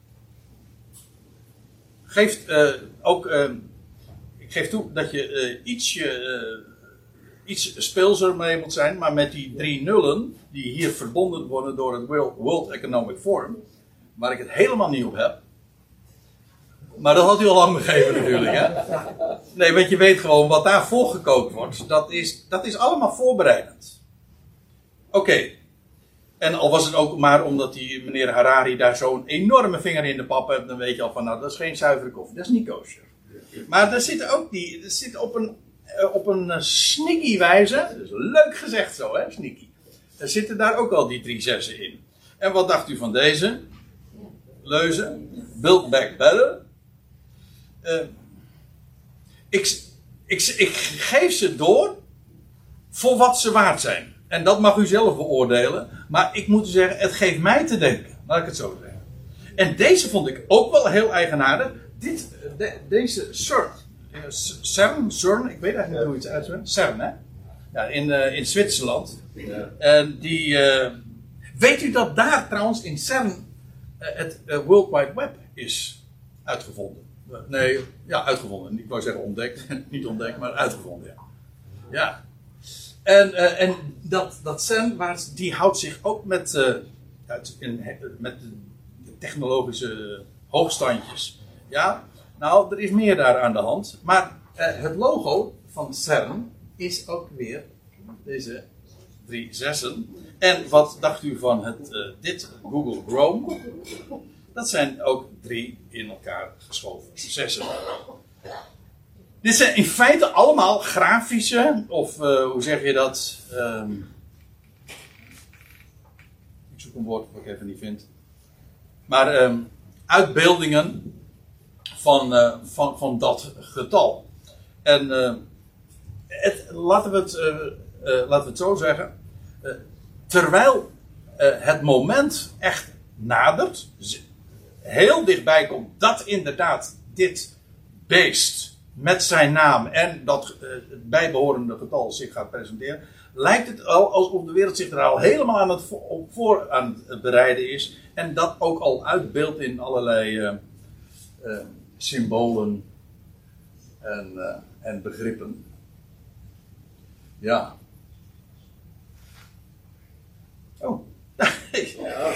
Geeft uh, ook... Uh, ik geef toe dat je uh, ietsje, uh, iets speelser mee moet zijn. Maar met die drie nullen, die hier verbonden worden door het World Economic Forum. Waar ik het helemaal niet op heb. Maar dat had u al lang begrepen natuurlijk, hè? Nee, want je weet gewoon wat daar voorgekookt wordt. Dat is, dat is allemaal voorbereidend. Oké. Okay. En al was het ook maar omdat die meneer Harari daar zo'n enorme vinger in de pap heeft. Dan weet je al van, nou, dat is geen zuivere koffie. Dat is niet kosher. Maar er zit ook die, er zit op een, op een sneaky wijze. Dat is leuk gezegd zo, hè, sneaky. Er zitten daar ook al die drie zessen in. En wat dacht u van deze? Leuze. Build back better. Uh, ik, ik, ik geef ze door voor wat ze waard zijn. En dat mag u zelf beoordelen. Maar ik moet u zeggen, het geeft mij te denken. Laat ik het zo zeggen. En deze vond ik ook wel heel eigenaardig. Dit, de, deze CERN, CERN, CERN, ik weet eigenlijk niet hoe het uitspreekt. CERN, hè? Ja, in, uh, in Zwitserland. Ja. En die, uh, weet u dat daar trouwens in CERN uh, het uh, World Wide Web is uitgevonden? Nee, ja, uitgevonden. Ik wou zeggen ontdekt. Niet ontdekt, maar uitgevonden, ja. Ja. En, uh, en dat, dat CERN, waar, die houdt zich ook met, uh, uit, in, met de, de technologische hoogstandjes. Ja, nou, er is meer daar aan de hand. Maar uh, het logo van CERN is ook weer deze drie zessen. En wat dacht u van het, uh, dit Google Chrome? Dat zijn ook drie in elkaar geschoven zessen. Dit zijn in feite allemaal grafische, of uh, hoe zeg je dat? Um, ik zoek een woord wat ik even niet vind. Maar um, uitbeeldingen van, uh, van, van dat getal. En uh, het, laten, we het, uh, uh, laten we het zo zeggen. Uh, terwijl uh, het moment echt nadert, heel dichtbij komt dat inderdaad dit beest met zijn naam en dat uh, het bijbehorende getal zich gaat presenteren, lijkt het al alsof de wereld zich er al helemaal aan het voor, voor aan het bereiden is en dat ook al uitbeeldt in allerlei uh, uh, symbolen en, uh, en begrippen. Ja. Oh. Ja.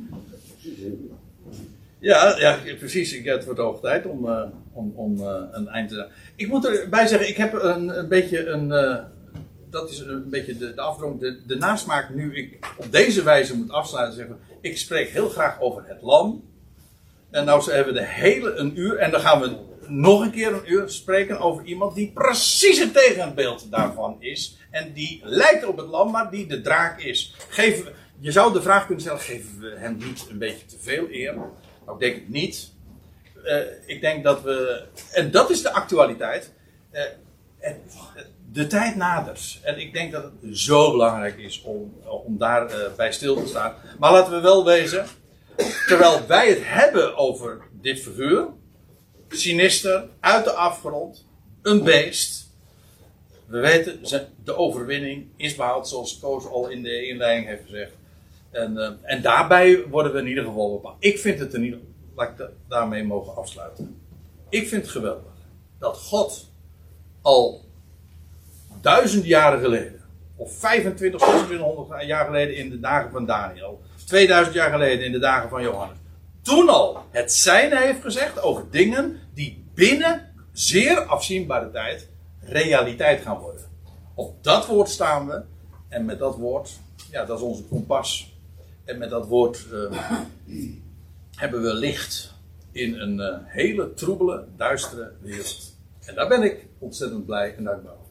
Ja, ja, precies. Het wordt hoog tijd om, uh, om, om uh, een eind te... Ik moet erbij zeggen, ik heb een, een beetje een... Uh, dat is een beetje de, de afdronk, de, de nasmaak nu ik op deze wijze moet afsluiten. Zeggen, ik spreek heel graag over het lam. En nou hebben we de hele een uur. En dan gaan we nog een keer een uur spreken over iemand die precies het tegenbeeld daarvan is. En die lijkt op het lam, maar die de draak is. Geven we, je zou de vraag kunnen stellen, geven we hem niet een beetje te veel eer? Nou, ik denk het niet. Uh, ik denk dat we... En dat is de actualiteit. Uh, en, de tijd nadert. En ik denk dat het zo belangrijk is om, om daar uh, bij stil te staan. Maar laten we wel wezen. Terwijl wij het hebben over dit figuur. Sinister, uit de afgrond. Een beest. we weten, de overwinning is behaald, zoals Koos al in de inleiding heeft gezegd. En, uh, en daarbij worden we in ieder geval bepaald. Ik vind het in ieder geval, laat ik da- daarmee mogen afsluiten. Ik vind het geweldig dat God al duizend jaren geleden, of vijfentwintig, zesentwintighonderd jaar geleden in de dagen van Daniel, tweeduizend jaar geleden in de dagen van Johannes, toen al het zijne heeft gezegd over dingen die binnen zeer afzienbare tijd realiteit gaan worden. Op dat woord staan we en met dat woord, ja, dat is onze kompas. En met dat woord uh, hebben we licht in een uh, hele troebele, duistere wereld. En daar ben ik ontzettend blij en dankbaar.